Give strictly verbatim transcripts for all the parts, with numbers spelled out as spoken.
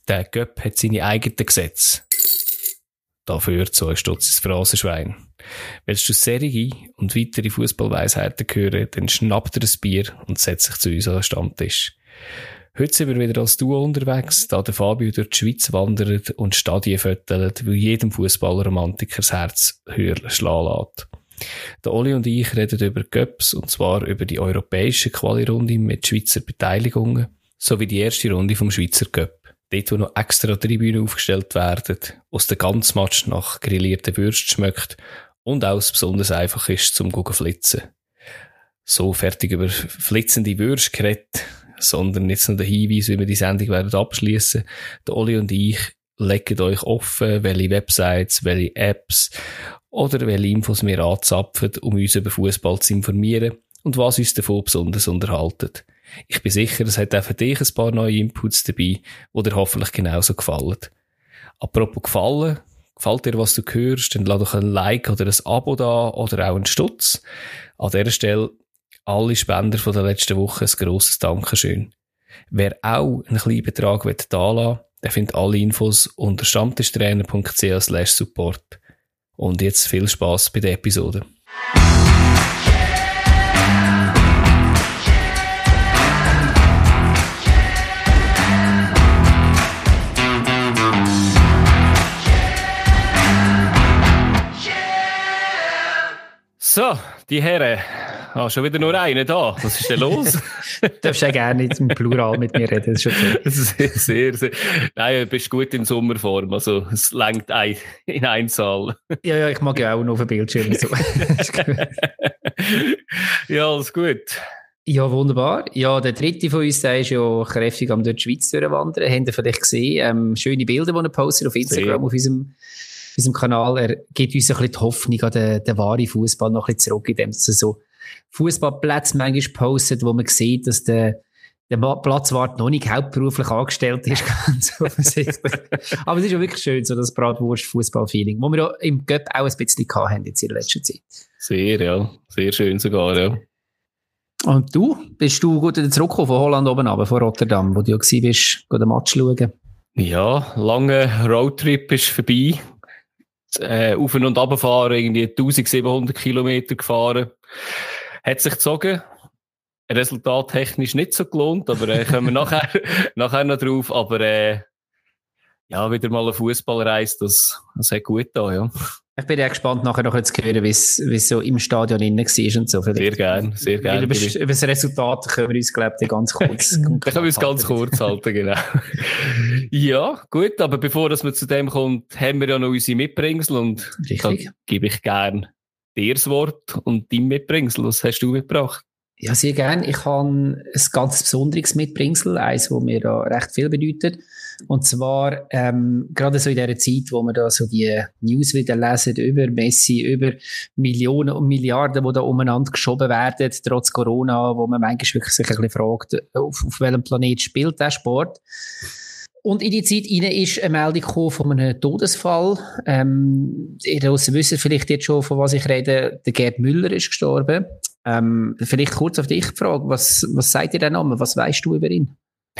Der Göpp hat seine eigenen Gesetze. Dafür zwei Stutz ins Phrasenschwein. Willst du Serie und weitere Fußballweisheiten hören, dann schnappt dir ein Bier und setzt sich zu uns an den Stammtisch. Heute sind wir wieder als Duo unterwegs, da der Fabio durch die Schweiz wandert und Stadien fötelt, weil jedem Fußballromantiker das Herz höher schlagen lässt. Der Oli und ich reden über Göps, und zwar über die europäische Quali-Runde mit Schweizer Beteiligungen, sowie die erste Runde vom Schweizer Cup. Dort, wo noch extra Tribünen aufgestellt werden, aus dem ganzen Match nach grillierten Würsten schmeckt und auch besonders einfach ist zum Gucken flitzen. So fertig über flitzende Würste geredet, sondern jetzt noch der Hinweis, wie wir die Sendung werden abschliessen. Der Oli und ich legen euch offen, welche Websites, welche Apps oder welche Infos wir anzapfen, um uns über Fußball zu informieren und was uns davon besonders unterhaltet. Ich bin sicher, es hat auch für dich ein paar neue Inputs dabei, die dir hoffentlich genauso gefallen. Apropos gefallen, gefällt dir, was du hörst, dann lass doch ein Like oder ein Abo da oder auch einen Stutz. An dieser Stelle alle Spender von der letzten Woche ein grosses Dankeschön. Wer auch einen kleinen Betrag da lassen will, der findet alle Infos unter stammtischtrainer.ch slash support. Und jetzt viel Spass bei der Episode. So, die Herren. Ah, schon wieder nur einer da. Was ist denn los? Du darfst ja gerne nicht im Plural mit mir reden. Das ist okay. Sehr, sehr, sehr. Nein, du bist gut in Sommerform. Also, es reicht ein, in einen Saal. Ja, ja, ich mag ja auch noch auf dem Bildschirm. So. Ja, alles gut. Ja, wunderbar. Ja, der dritte von uns, der ist ja kräftig am durch die Schweiz durchwandern. Habt ihr vielleicht gesehen? Ähm, schöne Bilder, die er postet auf Instagram, sehr. Auf unserem auf unserem Kanal. Er gibt uns ein bisschen die Hoffnung an den, den wahren Fußball noch ein bisschen zurück, indem er so Fußballplätze manchmal postet, wo man sieht, dass der, der Platzwart noch nicht hauptberuflich angestellt ist, ganz offensichtlich. Aber es ist ja wirklich schön, so das Bratwurst-Fußball-Feeling, wo wir ja im Göpp auch ein bisschen hatten jetzt in der letzten Zeit. Sehr, ja. Sehr schön sogar, ja. Und du? Bist du gut wieder zurückgekommen von Holland oben runter, von Rotterdam, wo du ja gewesen bist, den Match schauen? Ja, langer Roadtrip ist vorbei. Äh, auf- und runterfahren, irgendwie eintausendsiebenhundert Kilometer gefahren. Hat sich gezogen. Resultattechnisch nicht so gelohnt, aber äh, kommen wir nachher, nachher noch drauf. Aber äh, ja, wieder mal eine Fußballreise, das, das hat gut da, ja. Ich bin ja gespannt, nachher noch zu hören, wie es so im Stadion innen war und so. Vielleicht. Sehr gerne, sehr gerne. Über, über das Resultat können wir uns, glaube ich, ganz kurz... Da können wir uns ganz kurz halten, genau. Ja, gut, aber bevor das wir zu dem kommt, haben wir ja noch unsere Mitbringsel und Richtig. Da gebe ich gerne dir das Wort und dein Mitbringsel. Was hast du mitgebracht? Ja, sehr gerne. Ich habe ein ganz besonderes Mitbringsel, eins, das mir da recht viel bedeutet. Und zwar, ähm, gerade so in dieser Zeit, wo wir da so die News wieder lesen über Messi, über Millionen und Milliarden, die da umeinander geschoben werden, trotz Corona, wo man manchmal wirklich sich ein bisschen fragt, auf, auf welchem Planet spielt der Sport. Und in die Zeit rein ist eine Meldung gekommen von einem Todesfall. Ähm, ihr wisst vielleicht jetzt schon, von was ich rede. Der Gerd Müller ist gestorben. Ähm, vielleicht kurz auf dich die Frage, was, was sagt ihr der Name? Was weißt du über ihn?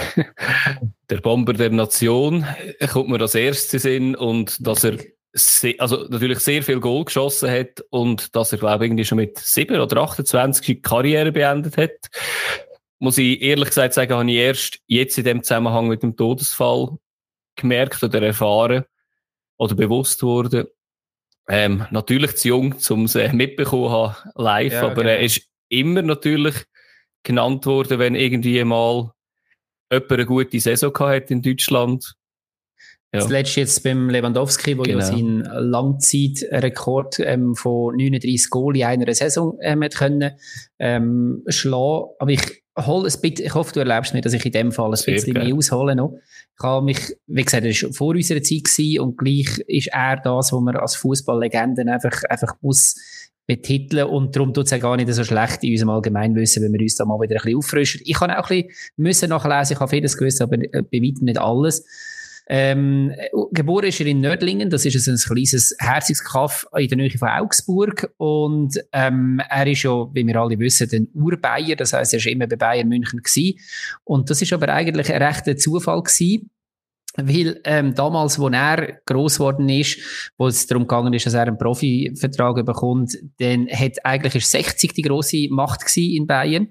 Der Bomber der Nation kommt mir als erstes in und dass er sehr, also natürlich sehr viel Goal geschossen hat und dass er, glaube ich, irgendwie schon mit sieben oder achtundzwanzig die Karriere beendet hat. Muss ich ehrlich gesagt sagen, habe ich erst jetzt in dem Zusammenhang mit dem Todesfall gemerkt oder erfahren oder bewusst worden. Ähm, natürlich zu jung, um es äh, mitbekommen haben, live, ja, aber er genau. Ist immer natürlich genannt worden, wenn irgendwie mal jemand eine gute Saison gehabt hat in Deutschland. Ja. Das letzte jetzt beim Lewandowski, wo genau. ja seinen Langzeitrekord ähm, von neununddreissig Goal in einer Saison ähm, hat können ähm, schlagen. Aber ich hol ein bisschen, ich hoffe, du erlaubst mir, dass ich in dem Fall ein Sehr bisschen geil. mehr aushole noch. Ich habe mich, wie gesagt, er war vor unserer Zeit gewesen und gleich ist er das, was man als Fußballlegenden einfach, einfach muss betiteln und darum tut es ja gar nicht so schlecht in unserem Allgemeinwissen, wenn wir uns da mal wieder ein bisschen auffrischen. Ich habe auch ein bisschen müssen nachlesen, ich habe vieles gewusst, aber bei weitem nicht alles. Ähm, geboren ist er in Nördlingen, das ist ein kleines herziges Kaff in der Nähe von Augsburg und ähm, er ist ja, wie wir alle wissen, ein Ur-Bayer, das heisst, er war immer bei Bayern München gewesen. Und das ist aber eigentlich ein rechter Zufall gewesen. Weil ähm, damals, wo er gross geworden ist, wo es darum gegangen ist, dass er einen Profivertrag bekommt, dann hat eigentlich sechzig die grosse Macht gewesen in Bayern.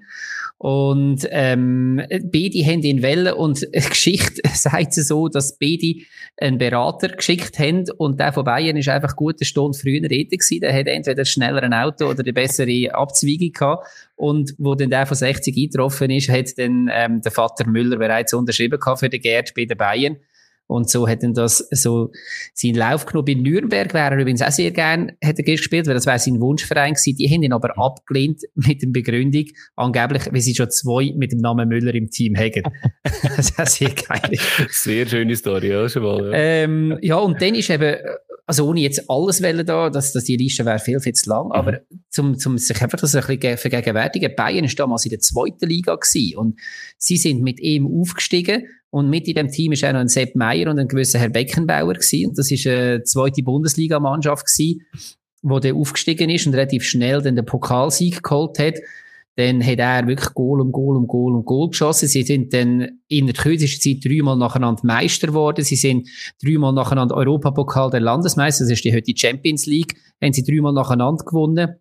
Und ähm, beide haben ihn wählen und die Geschichte sagt es so, dass beide einen Berater geschickt haben und der von Bayern ist einfach gut eine Stunde früher reden gewesen. Der hat entweder schneller ein Auto oder eine bessere Abzweigung gehabt. Und wo dann der von sechzig eingetroffen ist, hat dann ähm, der Vater Müller bereits unterschrieben gehabt für den Gerd bei den Bayern. Und so hat dann das so seinen Lauf genommen. Bei Nürnberg wäre er übrigens auch sehr gern hätte er gespielt, weil das wäre sein Wunschverein gewesen. Die haben ihn aber abgelehnt mit der Begründung, angeblich, weil sie schon zwei mit dem Namen Müller im Team haben. Das ist auch sehr geil. Sehr schöne Story, ja, schon mal. Ja, ähm, ja und dann ist eben, also ohne jetzt alles wollen da, dass, dass die Liste wäre viel, viel zu lang, mhm. aber zum, zum sich einfach das ein bisschen vergegenwärtigen, Bayern ist damals in der zweiten Liga gewesen und sie sind mit ihm aufgestiegen. Und mit in dem Team ist auch noch ein Sepp Meier und ein gewisser Herr Beckenbauer gewesen. Und das ist eine zweite Bundesligamannschaft gewesen, wo der aufgestiegen ist und relativ schnell dann den Pokalsieg geholt hat. Dann hat er wirklich Goal um Goal um Goal um Goal geschossen. Sie sind dann in der kürzesten Zeit dreimal nacheinander Meister geworden. Sie sind dreimal nacheinander Europapokal der Landesmeister. Das ist die heute Champions League. Haben sie dreimal nacheinander gewonnen.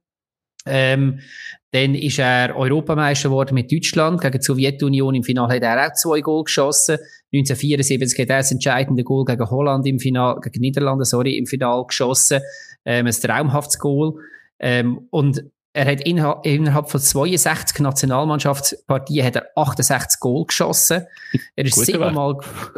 Ähm, dann ist er Europameister geworden mit Deutschland. Gegen die Sowjetunion im Finale hat er auch zwei Goal geschossen. neunzehnhundertvierundsiebzig hat er das entscheidende Goal gegen Holland im Finale, gegen Niederlande, sorry, im Finale geschossen. Ähm, ein traumhaftes Goal. Ähm, und er hat innerhalb, innerhalb von zweiundsechzig Nationalmannschaftspartien hat er achtundsechzig Goal geschossen. Er ist siebenmal,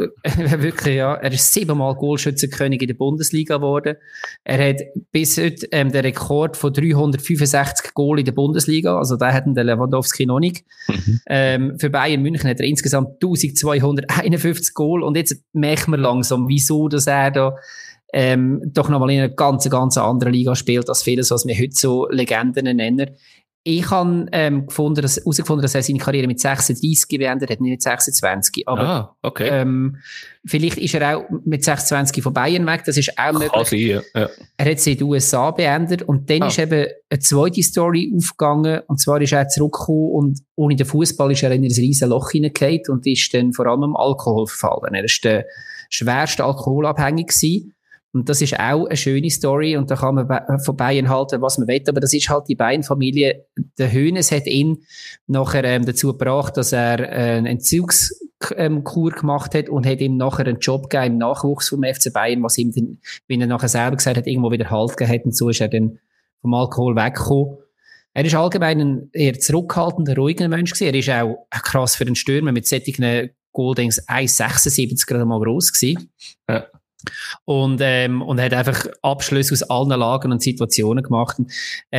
äh, wirklich, ja, er ist siebenmal Goalschützenkönig in der Bundesliga geworden. Er hat bis heute, ähm, den Rekord von dreihundertfünfundsechzig Goal in der Bundesliga. Also, da hat der Lewandowski noch nicht. Mhm. Ähm, für Bayern München hat er insgesamt eintausendzweihunderteinundfünfzig Goal. Und jetzt merken wir langsam, wieso, dass er da, Ähm, doch nochmal in einer ganz, ganz anderen Liga spielt, als vieles, was wir heute so Legenden nennen. Ich habe ähm, gefunden, dass, herausgefunden, dass er seine Karriere mit sechsunddreißig beendet hat, nicht mit sechsundzwanzig. Aber ah, okay. ähm, vielleicht ist er auch mit sechsundzwanzig von Bayern weg, das ist auch möglich. Sein, ja. Ja. Er hat sie in den U S A beendet und dann ah. ist eben eine zweite Story aufgegangen und zwar ist er zurückgekommen und ohne den Fußball ist er in ein riesen Loch hineingefallen und ist dann vor allem am Alkohol verfallen. Er ist der schwerste alkoholabhängig gewesen. Und das ist auch eine schöne Story und da kann man von Bayern halten, was man will, aber das ist halt die Bayern-Familie. Der Hoeneß hat ihn nachher ähm, dazu gebracht, dass er äh, eine Entzugskur ähm, gemacht hat und hat ihm nachher einen Job gegeben im Nachwuchs vom F C Bayern, was ihm dann, wie er nachher selber gesagt hat, irgendwo wieder Halt gegeben hat und so ist er dann vom Alkohol weggekommen. Er ist allgemein ein eher zurückhaltender, ruhiger Mensch gewesen. Er ist auch krass für den Stürmer mit solchen Goldings eins Komma sechsundsiebzig gerade mal gross gewesen. Ja. Und, ähm, und hat einfach Abschlüsse aus allen Lagen und Situationen gemacht. Und,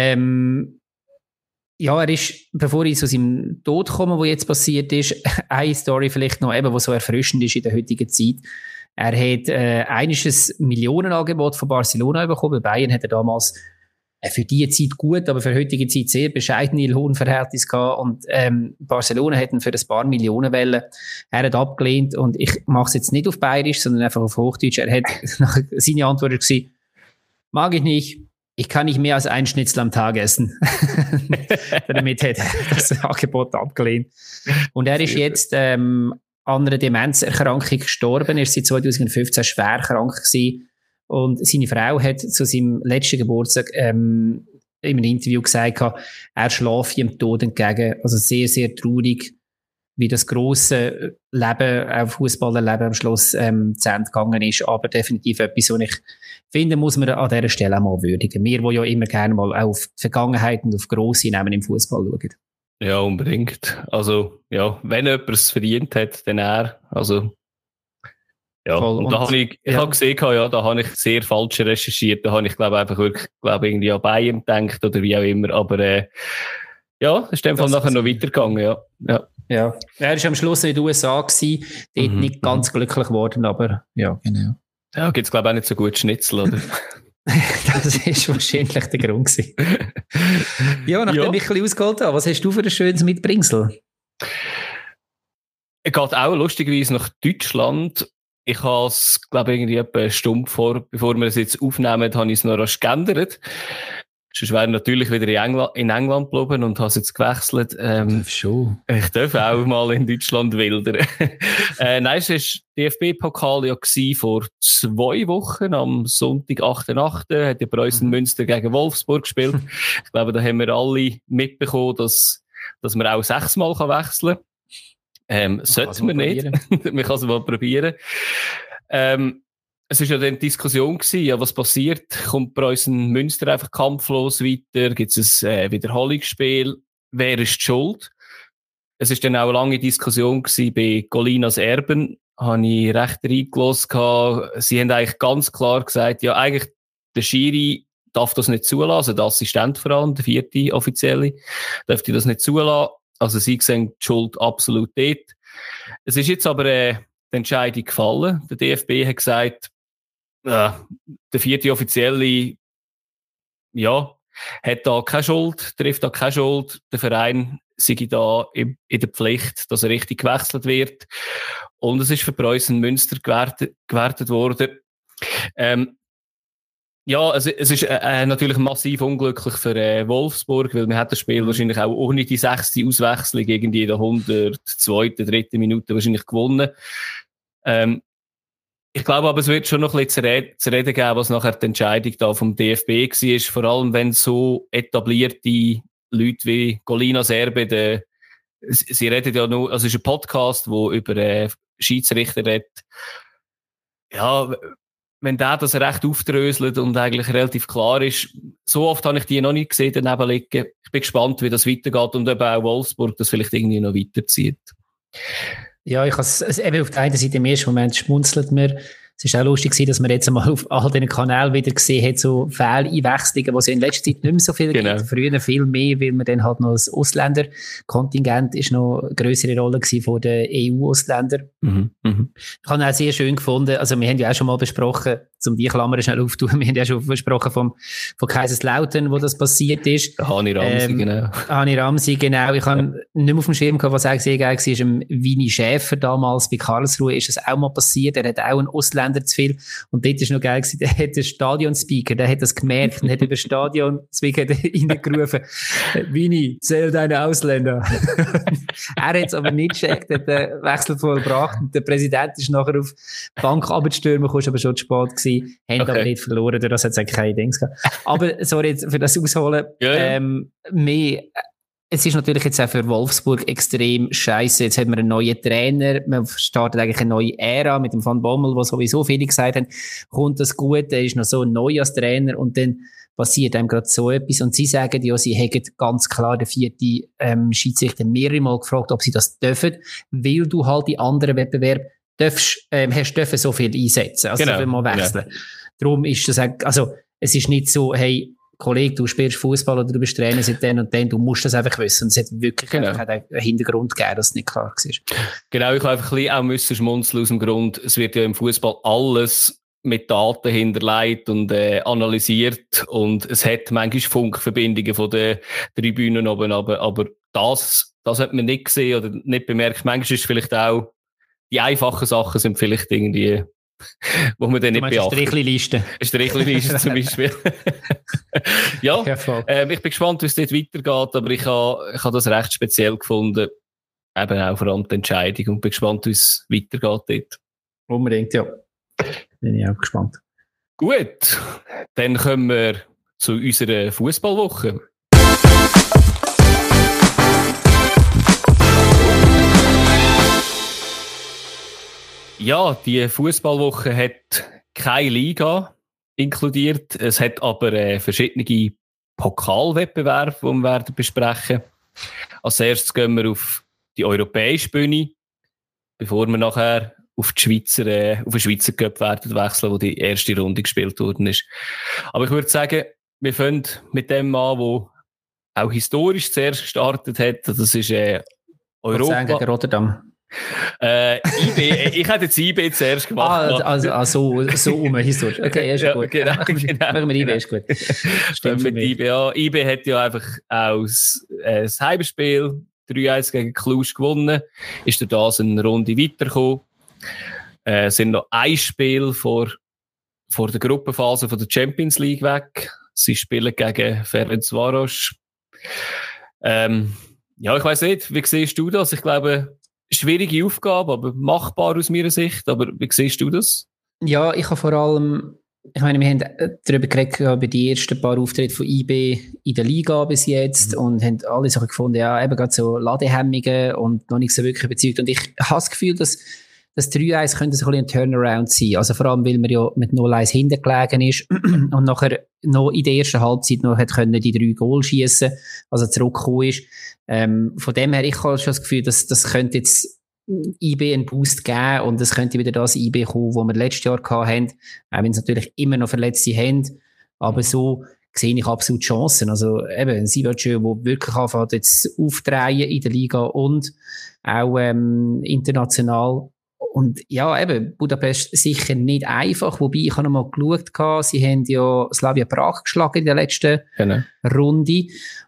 ähm, ja, er ist, bevor ich zu seinem Tod komme, wo jetzt passiert ist, eine Story vielleicht noch, eben, wo so erfrischend ist in der heutigen Zeit. Er hat äh, einiges Millionenangebot von Barcelona bekommen. Bei Bayern hat er damals äh, für die Zeit gut, aber für heutige Zeit sehr bescheidene Lohnverhältnisse gehabt. Und ähm, Barcelona hat ihn für ein paar Millionen Wellen. Er hat abgelehnt und ich mache es jetzt nicht auf Bayerisch, sondern einfach auf Hochdeutsch. Er hat, seine Antwort war, mag ich nicht. Ich kann nicht mehr als ein Schnitzel am Tag essen. Damit hat er das Angebot abgelehnt. Und er ist jetzt ähm, an einer Demenzerkrankung gestorben. Er ist seit zweitausendfünfzehn schwer krank gewesen. Und seine Frau hat zu seinem letzten Geburtstag ähm, in einem Interview gesagt, er schlafe ihm Tod entgegen. Also sehr, sehr traurig, wie das grosse Leben, auch Fußballerleben am Schluss ähm, zu Ende gegangen ist. Aber definitiv etwas, was ich finde, muss man an dieser Stelle auch mal würdigen. Wir, die ja immer gerne mal auf die Vergangenheit und auf grosse Namen im Fußball schauen. Ja, unbedingt. Also, ja, wenn jemand es verdient hat, dann er. Also, ja, voll. Und, und da habe ich, ich ja. habe gesehen, ja, da habe ich sehr falsch recherchiert. Da habe ich, glaube einfach wirklich, glaube irgendwie an Bayern gedacht oder wie auch immer. Aber, äh, ja, ist in dem Fall nachher noch weitergegangen, ja. Ja. Ja. Er ist am Schluss in den U S A gewesen, dort mhm. nicht ganz glücklich geworden, aber, ja, genau. Ja, gibt's, glaube ich, auch nicht so gut Schnitzel, oder? Das ist wahrscheinlich der Grund gewesen. Ja, nachdem ja. ich ein bisschen ausgeholt habe, was hast du für ein schönes Mitbringsel? Er geht auch lustigerweise nach Deutschland. Ich habe es, glaube ich, irgendwie etwa eine Stunde vor, bevor wir es jetzt aufnehmen, habe ich es noch rasch geändert. Sonst wäre natürlich wieder in England, in England geblieben und habe es jetzt gewechselt. Ähm, schon. Ich darf auch mal in Deutschland wildern. äh, nein, es war D F B-Pokal ja vor zwei Wochen, am Sonntag, achten achten hat ja Preußen mhm. Münster gegen Wolfsburg gespielt. Ich glaube, da haben wir alle mitbekommen, dass, dass man auch sechsmal wechseln kann. Ähm, sollten wir nicht. Man kann es mal probieren. Ähm, Es war ja dann die Diskussion gewesen, ja, was passiert? Kommt Preußen Münster einfach kampflos weiter? Gibt es ein äh, Wiederholungsspiel? Wer ist die Schuld? Es war dann auch eine lange Diskussion gewesen bei Colinas Erben. Habe ich recht reingelassen gehabt. Sie haben eigentlich ganz klar gesagt, ja, eigentlich der Schiri darf das nicht zulassen, der Assistent vor allem, der vierte Offizielle, dürfte das nicht zulassen. Also sie sehen die Schuld absolut dort. Es ist jetzt aber äh, die Entscheidung gefallen. Der D F B hat gesagt, äh, der vierte Offizielle, ja, hat da keine Schuld, trifft da keine Schuld. Der Verein sei da in, in der Pflicht, dass er richtig gewechselt wird. Und es ist für Preußen Münster gewertet, gewertet worden. Ähm, ja, also, es ist äh, natürlich massiv unglücklich für äh, Wolfsburg, weil man hat das Spiel wahrscheinlich auch ohne die sechste Auswechslung irgendwie in der hundertzweiten, dritten Minute wahrscheinlich gewonnen. Ähm, ich glaube aber, es wird schon noch ein bisschen zu reden, zu reden geben, was nachher die Entscheidung da vom D F B war. Vor allem, wenn so etablierte Leute wie Colinas Erben, der, sie reden ja nur, also es ist ein Podcast, wo über äh, Schiedsrichter redet. Ja, wenn der das recht aufdröselt und eigentlich relativ klar ist, so oft habe ich die noch nicht gesehen daneben liegen. Ich bin gespannt, wie das weitergeht und ob auch Wolfsburg das vielleicht irgendwie noch weiterzieht. Ja, ich has, also eben auf der einen Seite im ersten Moment schmunzelt mir. Es war auch lustig, dass man jetzt einmal auf all diesen Kanälen wieder gesehen hat, so Fehleinwechslungen, die es in letzter Zeit nicht mehr so viel genau. gibt. Früher viel mehr, weil man dann halt noch das Ausländerkontingent ist noch eine grössere Rolle gewesen von den E U-Ausländern. Mhm. Mhm. Ich habe auch sehr schön gefunden, also wir haben ja auch schon mal besprochen, um die Klammer schnell aufzutun, wir haben ja schon besprochen vom, von Kaiserslautern, wo das passiert ist. Hani Ramsi, ähm, genau. Hani Ramsi, genau. Ich habe nicht mehr auf dem Schirm gehabt, was auch sehr geil war, im Vini Schäfer damals bei Karlsruhe ist das auch mal passiert. Er hat auch einen Ausländer zu viel. Und dort ist noch geil gewesen, der hat den Stadionspeaker, der hat das gemerkt und hat über Stadionspeaker reingerufen, Vini, zähl deine Ausländer. Er hat es aber nicht gecheckt, hat den Wechsel vollbracht und der Präsident ist nachher auf die Bank runtergestürmt, ist aber schon zu spät gewesen, haben okay. aber nicht verloren, durch das hat es eigentlich keine Dings gehabt. Aber, sorry, jetzt für das Ausholen, ja, ja. Ähm, mehr, es ist natürlich jetzt auch für Wolfsburg extrem scheiße. Jetzt hat man einen neuen Trainer. Man startet eigentlich eine neue Ära mit dem Van Bommel, wo sowieso viele gesagt haben, kommt das gut, er ist noch so neu als Trainer und dann passiert einem gerade so etwas. Und sie sagen ja, sie hätten ganz klar den vierten ähm, Schiedsrichter mehrere Mal gefragt, ob sie das dürfen, weil du halt die anderen Wettbewerbe darfst, ähm, hast dürfen so viel einsetzen. Also genau. Wenn man wechseln. Genau. Darum ist das auch, also es ist nicht so, hey, Kollege, du spielst Fußball oder du bist Trainer seit dann und dann, du musst das einfach wissen. Und es hat wirklich genau. einfach einen Hintergrund gegeben, dass es nicht klar war. Genau, ich habe einfach ein bisschen auch müssen schmunzeln aus dem Grund, es wird ja im Fußball alles mit Daten hinterlegt und äh, analysiert und es hat manchmal Funkverbindungen von den Tribünen oben, aber, aber das, das hat man nicht gesehen oder nicht bemerkt. Manchmal ist vielleicht auch, die einfachen Sachen sind vielleicht irgendwie, wo man dann nicht beachtet. Eine Strichliste. Eine Strichliste zum Beispiel. Ja, ähm, ich bin gespannt, wie es dort weitergeht, aber ich habe ich ha das recht speziell gefunden. Eben auch vor allem die Entscheidung und bin gespannt, wie es weitergeht dort. Unbedingt, ja. Bin ich auch gespannt. Gut, dann kommen wir zu unserer Fußballwoche. Ja, die Fußballwoche hat keine Liga inkludiert. Es hat aber äh, verschiedene Pokalwettbewerbe, die wir werden besprechen. Als erstes gehen wir auf die europäische Bühne, bevor wir nachher auf die Schweizer, äh, auf den Schweizer Cup werden wechseln, wo die erste Runde gespielt worden ist. Aber ich würde sagen, wir fangen mit dem an, wo auch historisch zuerst gestartet hat. Das ist äh, Europa. Gegen Rotterdam. Äh, I B, ich hätte jetzt I B zuerst gemacht. Ah, also, also so um historisch. Okay, ist ja, gut. Genau, genau. Machen wir I B, ist gut. Stimmt mit I B, ja. I B hat ja einfach aus äh, das Heimspiel drei eins gegen Cluj gewonnen. Ist da das eine Runde weitergekommen. Äh, sind noch ein Spiel vor, vor der Gruppenphase von der Champions League weg. Sie spielen gegen Ferencváros. Ähm, ja, ich weiss nicht, wie siehst du das? Ich glaube, schwierige Aufgabe, aber machbar aus meiner Sicht. Aber wie siehst du das? Ja, ich habe vor allem, ich meine, wir haben darüber geredet, über die ersten paar Auftritte von I B in der Liga bis jetzt, mhm. und haben alle so gefunden, ja, eben gerade so Ladehemmungen und noch nicht so wirklich überzeugt. Und ich habe das Gefühl, dass das drei eins könnte so ein bisschen ein Turnaround sein. Also vor allem, weil man ja mit null eins hinten gelegen ist und nachher noch in der ersten Halbzeit noch hat können die drei Goal schiessen, also zurückgekommen ist. Ähm, von dem her, ich habe schon das Gefühl, dass das könnte jetzt I B einen Boost geben und es könnte wieder das I B kommen, das wir letztes Jahr hatten, auch wenn es natürlich immer noch Verletzte haben, aber so sehe ich absolut Chancen. Also eben, sie wird schon, wo wirklich anfängt jetzt aufdrehen in der Liga und auch ähm, international. Und ja, eben, Budapest sicher nicht einfach, wobei ich habe noch mal geschaut, sie haben ja Slavia Prag geschlagen in der letzten genau. Runde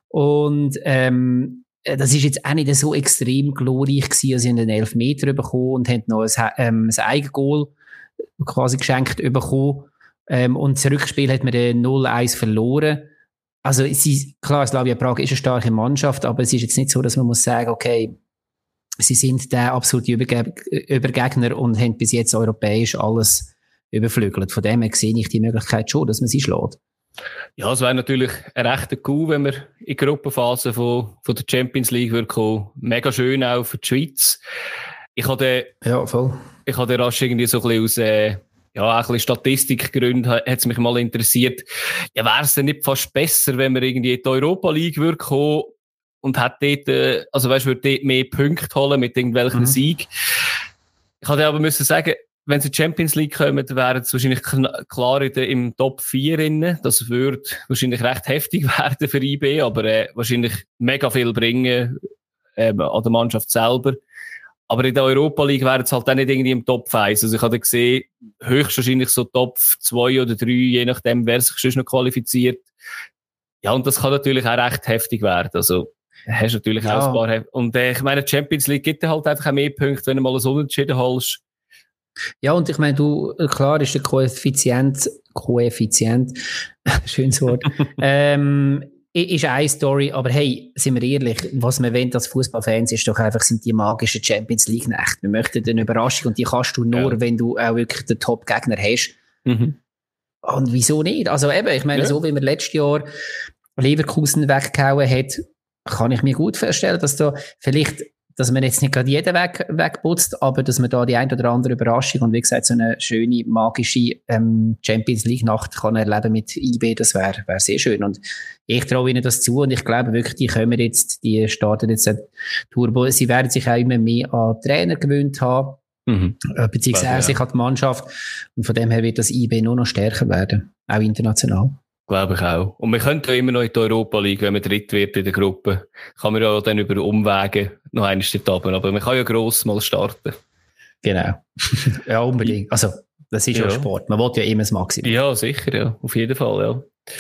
und ähm, das ist jetzt auch nicht so extrem glorreich gewesen, also sie haben einen Elfmeter bekommen und haben noch ein, ähm, ein Eigengoal quasi geschenkt bekommen, ähm, und das Rückspiel hat man den null eins verloren. Also sie, klar, Slavia Prag ist eine starke Mannschaft, aber es ist jetzt nicht so, dass man muss sagen, okay, sie sind der absolute Überge- Übergegner und haben bis jetzt europäisch alles überflügelt. Von dem her sehe ich die Möglichkeit schon, dass man sie schlägt. Ja, es wäre natürlich ein rechter Coup, wenn wir in die Gruppenphase von, von der Champions League würden kommen. Mega schön auch für die Schweiz. Ich hatte, ja, voll. Ich hatte rasch irgendwie so ein bisschen aus, äh, ja, auch ein bisschen Statistikgründen hat es mich mal interessiert. Ja, wäre es denn nicht fast besser, wenn wir irgendwie in die Europa League würden kommen und hat dort, äh, also weißt, würde dort mehr Punkte holen mit irgendwelchen mhm. Sieg. Ich hatte aber müssen sagen, wenn sie in die Champions League kommen, wären es wahrscheinlich klar in der, im Top vier innen. Das würde wahrscheinlich recht heftig werden für I B, aber äh, wahrscheinlich mega viel bringen äh, an der Mannschaft selber. Aber in der Europa League wären es halt auch nicht irgendwie im Top eins. Also ich hatte gesehen, höchstwahrscheinlich so Top zwei oder drei, je nachdem, wer sich schon noch qualifiziert. Ja, und das kann natürlich auch recht heftig werden. Also hast natürlich ja. auch ein paar Hef- Und äh, ich meine, Champions League gibt dir halt einfach auch mehr Punkte, wenn du mal ein Unentschieden holst. Ja, und ich meine, du, klar ist der Koeffizient, Koeffizient, schönes Wort, ähm, ist eine Story, aber hey, sind wir ehrlich, was wir wollen als Fußballfans ist doch einfach, sind die magischen Champions League Nächte. Wir möchten eine Überraschung und die kannst du nur, ja. wenn du auch wirklich den Top-Gegner hast. Mhm. Und wieso nicht? Also eben, ich meine, ja. so wie wir letztes Jahr Leverkusen weggehauen hat, kann ich mir gut vorstellen, dass da vielleicht, dass man jetzt nicht gerade jeden weg, wegputzt, aber dass man da die ein oder andere Überraschung und wie gesagt, so eine schöne, magische ähm, Champions-League-Nacht kann erleben mit I B, das wäre wär sehr schön. Und ich traue ihnen das zu und ich glaube wirklich, die kommen jetzt, die starten jetzt ein Turbo. Sie werden sich auch immer mehr an Trainer gewöhnt haben, mhm. beziehungsweise ja. sich an die Mannschaft. Und von dem her wird das I B nur noch stärker werden, auch international. Glaube ich auch. Und wir können ja immer noch in die Europa League, wenn man dritt wird in der Gruppe, kann man ja dann über Umwege noch eine Etappe, aber man kann ja gross mal starten. Genau. Ja, unbedingt. Also, das ist ja, ja Sport. Man will ja immer das Maximum. Ja, sicher, ja. Auf jeden Fall, ja.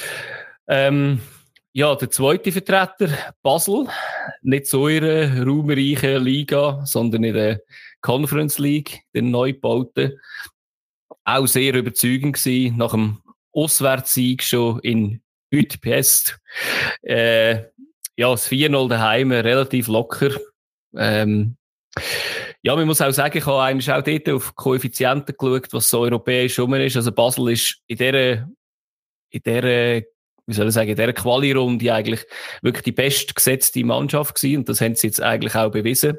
Ähm, ja, der zweite Vertreter, Basel. Nicht so in einer ruhmreichen Liga, sondern in der Conference League, den Neubauten. Auch sehr überzeugend gewesen, nach dem Auswärtssieg schon in Budapest. Äh, ja, das vier null daheim, relativ locker. Ähm, ja, man muss auch sagen, ich habe eigentlich auch dort auf Koeffizienten geschaut, was so europäisch rum ist. Also Basel ist in dieser, in dieser, wie soll ich sagen, in dieser Quali-Runde eigentlich wirklich die bestgesetzte Mannschaft gewesen. Und das haben sie jetzt eigentlich auch bewiesen.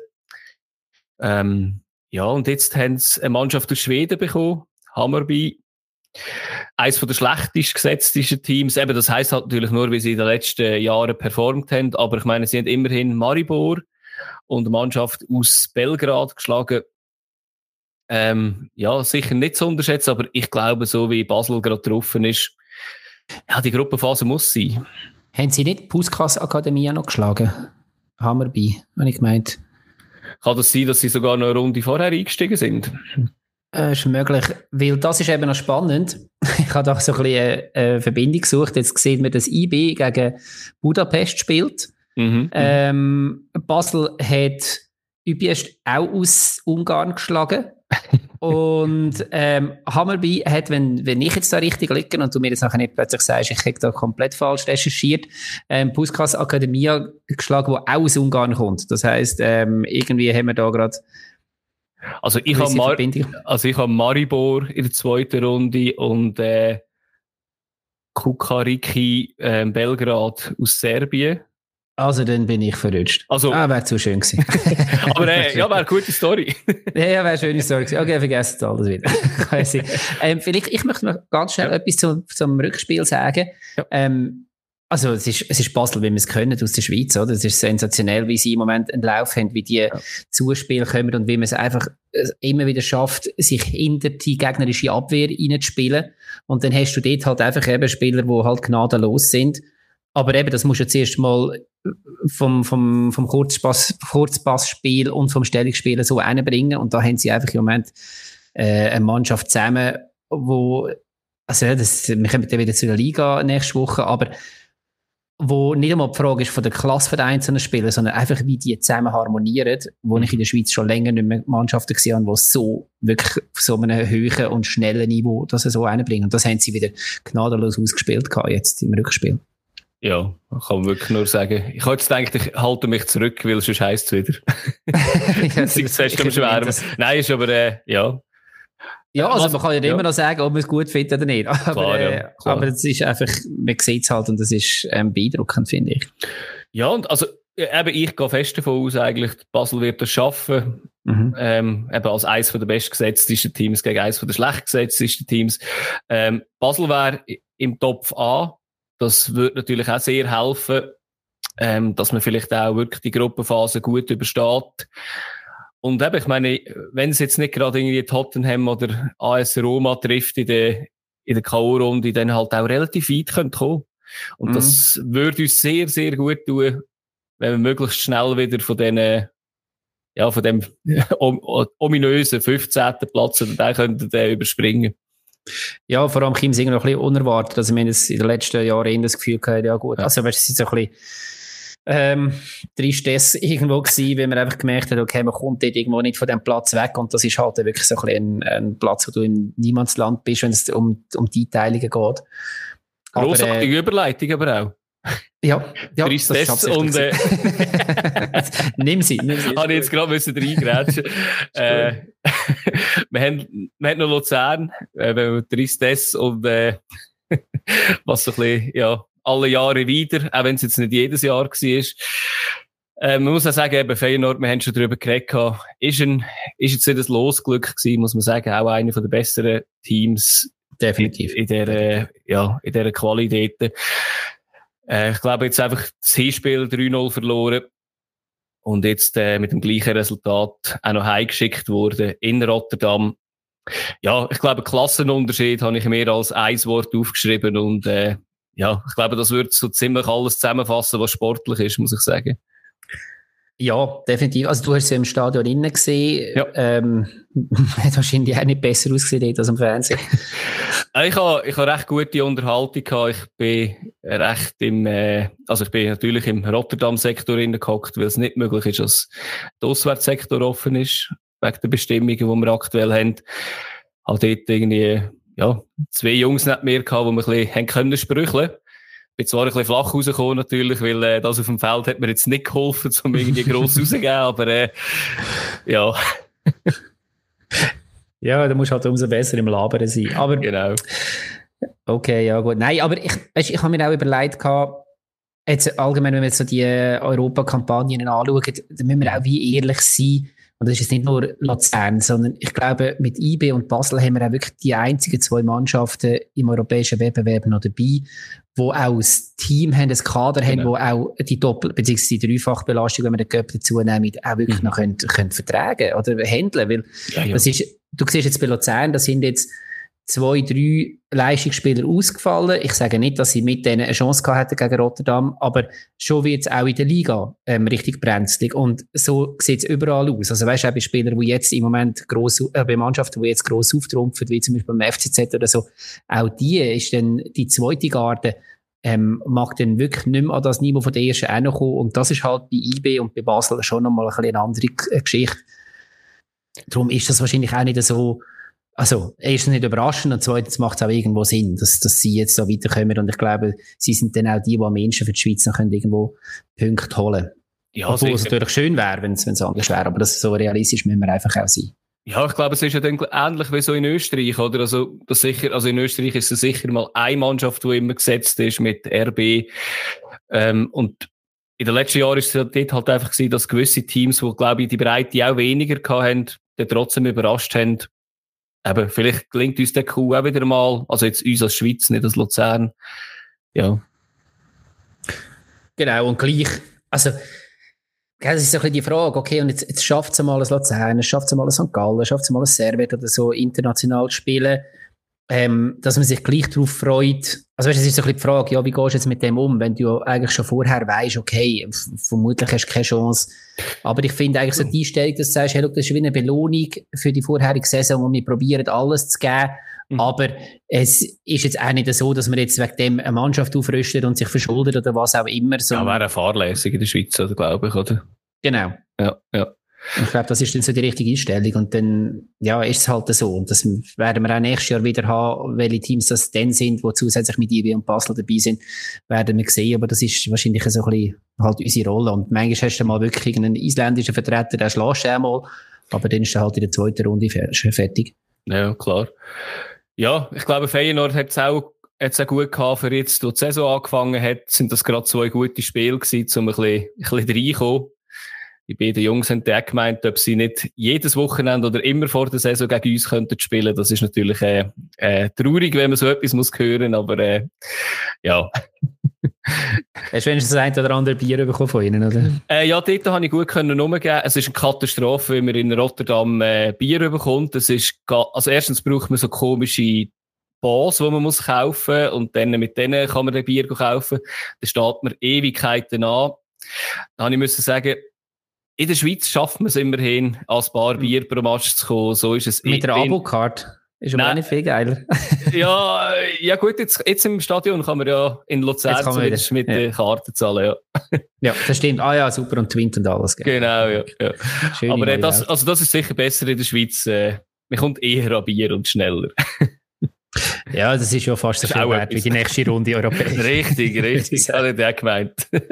Ähm, ja, und jetzt haben sie eine Mannschaft aus Schweden bekommen, Hammarby. Eines von der schlechtest gesetztesten Teams. Eben, das heisst halt natürlich nur, wie sie in den letzten Jahren performt haben. Aber ich meine, sie haben immerhin Maribor und eine Mannschaft aus Belgrad geschlagen. Ähm, ja, sicher nicht zu unterschätzen, aber ich glaube, so wie Basel gerade drauf ist, ja, die Gruppenphase muss sein. Haben sie nicht die Puskas Akademie noch geschlagen? Hammarby, habe ich gemeint. Kann das sein, dass sie sogar noch eine Runde vorher eingestiegen sind? Äh, ist möglich, weil das ist eben noch spannend. Ich habe da so ein bisschen eine, eine Verbindung gesucht. Jetzt sieht man, dass I B gegen Budapest spielt. Mhm, ähm, Basel hat Übest auch aus Ungarn geschlagen. Und ähm, Hammarby hat, wenn, wenn ich jetzt da richtig liege und du mir jetzt nachher nicht plötzlich sagst, ich hätte da komplett falsch recherchiert, ähm, Puskás Akademia geschlagen, die auch aus Ungarn kommt. Das heisst, ähm, irgendwie haben wir da gerade Also ich habe Mar- also ich habe Maribor in der zweiten Runde und äh, Kukariki äh, Belgrad aus Serbien. Also dann bin ich verrutscht. Also, ah, wäre zu schön gewesen. Aber äh, ja, wäre eine gute Story. ja, ja, wäre eine schöne Story gewesen. Okay, vergessen Sie alles wieder. ähm, vielleicht, ich möchte noch ganz schnell ja. etwas zum, zum Rückspiel sagen. Ja. Ähm, also es ist, es ist Basel, wie wir es können, aus der Schweiz, oder? Es ist sensationell, wie sie im Moment einen Lauf haben, wie die ja. Zuspiele kommen und wie man es einfach immer wieder schafft, sich hinter die gegnerische Abwehr reinzuspielen. Und dann hast du dort halt einfach eben Spieler, die halt gnadenlos sind. Aber eben, das musst du zuerst mal vom, vom, vom Kurzpass, Kurzpassspiel und vom Stellungsspiel so reinbringen. Und da haben sie einfach im Moment äh, eine Mannschaft zusammen, wo, also ja, das, wir kommen dann wieder zu der Liga nächste Woche, aber wo nicht einmal die Frage ist von der Klasse der einzelnen Spieler, sondern einfach, wie die zusammen harmonieren, wo ich in der Schweiz schon länger nicht mehr Mannschaften gesehen habe, die so wirklich auf so einem hohen und schnellen Niveau das so reinbringen. Und das haben sie wieder gnadenlos ausgespielt gehabt, jetzt im Rückspiel. Ja, kann man wirklich nur sagen. Ich habe jetzt gedacht, ich halte mich zurück, weil sonst heisst es wieder. ja, das ist fest am Schwärmen. Nein, ist aber, äh, ja. Ja, also Was, man kann ja, ja immer noch sagen, ob man es gut findet oder nicht. Aber, klar, ja, äh, aber es ist einfach, man sieht es halt und das ist ähm, beeindruckend, finde ich. Ja, und also eben, ich gehe fest davon aus, eigentlich, Basel wird das schaffen. Mhm. Ähm, eben als eines der bestgesetztesten Teams gegen eines der schlechtgesetztesten Teams. Ähm, Basel wäre im Topf A. Das würde natürlich auch sehr helfen, ähm, dass man vielleicht auch wirklich die Gruppenphase gut übersteht. Und eben, ich meine, wenn es jetzt nicht gerade irgendwie Tottenham oder A S Roma trifft in der, in der K O-Runde, dann halt auch relativ weit könnte kommen. Und mhm. das würde uns sehr, sehr gut tun, wenn wir möglichst schnell wieder von diesen, ja, von dem ominösen fünfzehnten Platz oder den könnten den überspringen. Ja, vor allem Kim Singer noch ein bisschen unerwartet. Also, wir haben in den letzten Jahren eher das Gefühl gehabt, ja gut, ja. also, weißt du, es ist so ein bisschen, ähm, Tristesse irgendwo gewesen, weil man einfach gemerkt hat, okay, man kommt dort irgendwo nicht von diesem Platz weg und das ist halt wirklich so ein bisschen ein, ein Platz, wo du in Niemandsland bist, wenn es um, um die Einteilungen geht. Grossartige äh, Überleitung aber auch. Ja, ja, Tristesse und, äh, nimm sie, nimm sie. Habe ich jetzt gerade müssen reingrätschen. äh, wir haben, wir haben noch Luzern, äh, Tristesse und, äh, was so ein bisschen, ja, alle Jahre wieder, auch wenn es jetzt nicht jedes Jahr war. Äh, man muss auch sagen, eben Feyenoord, wir haben schon darüber geredet, ist, ein, ist jetzt nicht ein Losglück gewesen, muss man sagen, auch einer der besseren Teams. Definitiv. In, in der, ja, in dieser Qualität. Äh, ich glaube, jetzt einfach das Hinspiel drei null verloren und jetzt äh, mit dem gleichen Resultat auch noch heimgeschickt worden in Rotterdam. Ja, ich glaube, Klassenunterschied habe ich mehr als ein Wort aufgeschrieben und äh, ja, ich glaube, das würde so ziemlich alles zusammenfassen, was sportlich ist, muss ich sagen. Ja, definitiv. Also du hast es ja im Stadion innen gesehen. Ja. Ähm, hat wahrscheinlich auch nicht besser ausgesehen als im Fernsehen. ich habe ich habe recht gute Unterhaltung gehabt. Ich bin recht im, äh, also ich bin natürlich im Rotterdam-Sektor reingehockt, weil es nicht möglich ist, dass der Auswärtssektor offen ist, wegen der Bestimmungen, die wir aktuell haben. Halt dort irgendwie, ja, zwei Jungs nicht mehr gehabt, die wir ein bisschen haben können sprücheln. Ich bin zwar ein bisschen flach rausgekommen natürlich, weil äh, das auf dem Feld hat mir jetzt nicht geholfen, um irgendwie gross rauszugehen, aber äh, ja. Ja, da musst du halt umso besser im Labern sein. Aber, genau. Okay, ja gut. Nein, aber ich, weißt, ich habe mir auch überlegt, jetzt allgemein, wenn wir jetzt so die Europa-Kampagnen anschauen, dann müssen wir auch wie ehrlich sein. Und das ist jetzt nicht nur Luzern, sondern ich glaube, mit I B und Basel haben wir auch wirklich die einzigen zwei Mannschaften im europäischen Wettbewerb noch dabei, wo auch das Team haben, das Kader genau. haben, wo auch die Doppel- bzw. die Dreifachbelastung, wenn wir den Cup dazu nehmen, auch wirklich mhm. noch können, können vertragen oder handeln. Weil ja, ja. das ist, du siehst jetzt bei Luzern, da sind jetzt zwei, drei Leistungsspieler ausgefallen. Ich sage nicht, dass sie mit denen eine Chance gehabt hätten gegen Rotterdam, aber schon wird es auch in der Liga ähm, richtig brenzlig. Und so sieht es überall aus. Also weißt du, auch bei Spielern, die jetzt im Moment gross, äh, bei Mannschaften, die jetzt gross auftrumpfen, wie zum Beispiel beim F C Z oder so, auch die ist dann die zweite Garde, ähm, mag dann wirklich nicht mehr an das Niveau von der ersten auch noch kommen. Und das ist halt bei I B und bei Basel schon nochmal ein bisschen eine andere Geschichte. darum ist das wahrscheinlich auch nicht so, also, erstens nicht überraschend und zweitens macht es auch irgendwo Sinn, dass, dass sie jetzt so weiterkommen und ich glaube, sie sind dann auch die, die am Menschen für die Schweiz noch können irgendwo Punkte holen. Ja, obwohl es natürlich schön wäre, wenn es anders wäre, aber das so realistisch müssen wir einfach auch sein. Ja, ich glaube, es ist ja dann ähnlich wie so in Österreich, oder? Also, das sicher, also in Österreich ist es sicher mal eine Mannschaft, die immer gesetzt ist mit R B. Ähm, und in den letzten Jahren ist es dort halt einfach gewesen, dass gewisse Teams, die, glaube ich, die Breite auch weniger gehabt haben, die trotzdem überrascht haben. Eben, vielleicht gelingt uns der Coup auch wieder mal. Also jetzt uns als Schweiz, nicht als Luzern. Ja. Genau, und gleich, also, das ist so ein bisschen die Frage, okay, und jetzt, jetzt schafft es mal ein Luzern, es schafft es mal ein Sankt Gallen, es schafft es mal ein Servet oder so international zu spielen, ähm, dass man sich gleich darauf freut. Also weißt, es ist so ein bisschen die Frage, ja, wie gehst du jetzt mit dem um, wenn du ja eigentlich schon vorher weisst, okay, f- vermutlich hast du keine Chance. Aber ich finde eigentlich so die Einstellung, dass du sagst, hey, look, das ist wie eine Belohnung für die vorherige Saison, wo wir probieren, alles zu geben. Mhm. Aber es ist jetzt auch nicht so, dass man jetzt wegen dem eine Mannschaft aufrüstet und sich verschuldet oder was auch immer. So. Ja, wäre eine Fahrlässig in der Schweiz, oder, glaube ich, oder? Genau. Ja, ja. Ich glaube, das ist dann so die richtige Einstellung und dann, ja, ist es halt so. Und das werden wir auch nächstes Jahr wieder haben, welche Teams das dann sind, die zusätzlich mit I W und Basel dabei sind, werden wir sehen. Aber das ist wahrscheinlich so ein bisschen halt unsere Rolle. Und manchmal hast du mal wirklich einen isländischen Vertreter, der schlägst du einmal, aber dann ist er halt in der zweiten Runde fertig. Ja, klar. Ja, ich glaube, Feyenoord hat es auch, hat's auch gut gehabt, für jetzt, wo die Saison angefangen hat, sind das gerade zwei gute Spiele gewesen, um ein bisschen, ein bisschen reinzukommen. Die beiden Jungs haben auch gemeint, ob sie nicht jedes Wochenende oder immer vor der Saison gegen uns könnten spielen. Das ist natürlich äh, äh, traurig, wenn man so etwas muss hören, aber äh, ja. Hast du wenigstens das ein oder andere Bier bekommen von ihnen, oder? Äh, ja, dort habe ich gut können umgehen. Es ist eine Katastrophe, wenn man in Rotterdam äh, Bier bekommt. Es ist, ga- also erstens braucht man so komische Bars, die man muss kaufen und dann mit denen kann man ein Bier kaufen. Da steht man Ewigkeiten an. Da habe ich müssen sagen, in der Schweiz schafft man es immerhin, als Bar Bier pro Match zu kommen. So ist es. Mit der Abo-Card. Ist aber auch nicht viel geiler. ja, ja gut, jetzt, jetzt im Stadion kann man ja in Luzern zumindest mit ja. den Karten zahlen, ja. Ja, das stimmt. Ah ja, super und Twint und alles. Gell? Genau, ja. ja. Aber äh, das, also das ist sicher besser in der Schweiz. Äh, man kommt eher an Bier und schneller. Ja, das ist ja fast so viel wert wie die nächste Runde europäisch. Richtig, richtig. Das habe ich auch gemeint.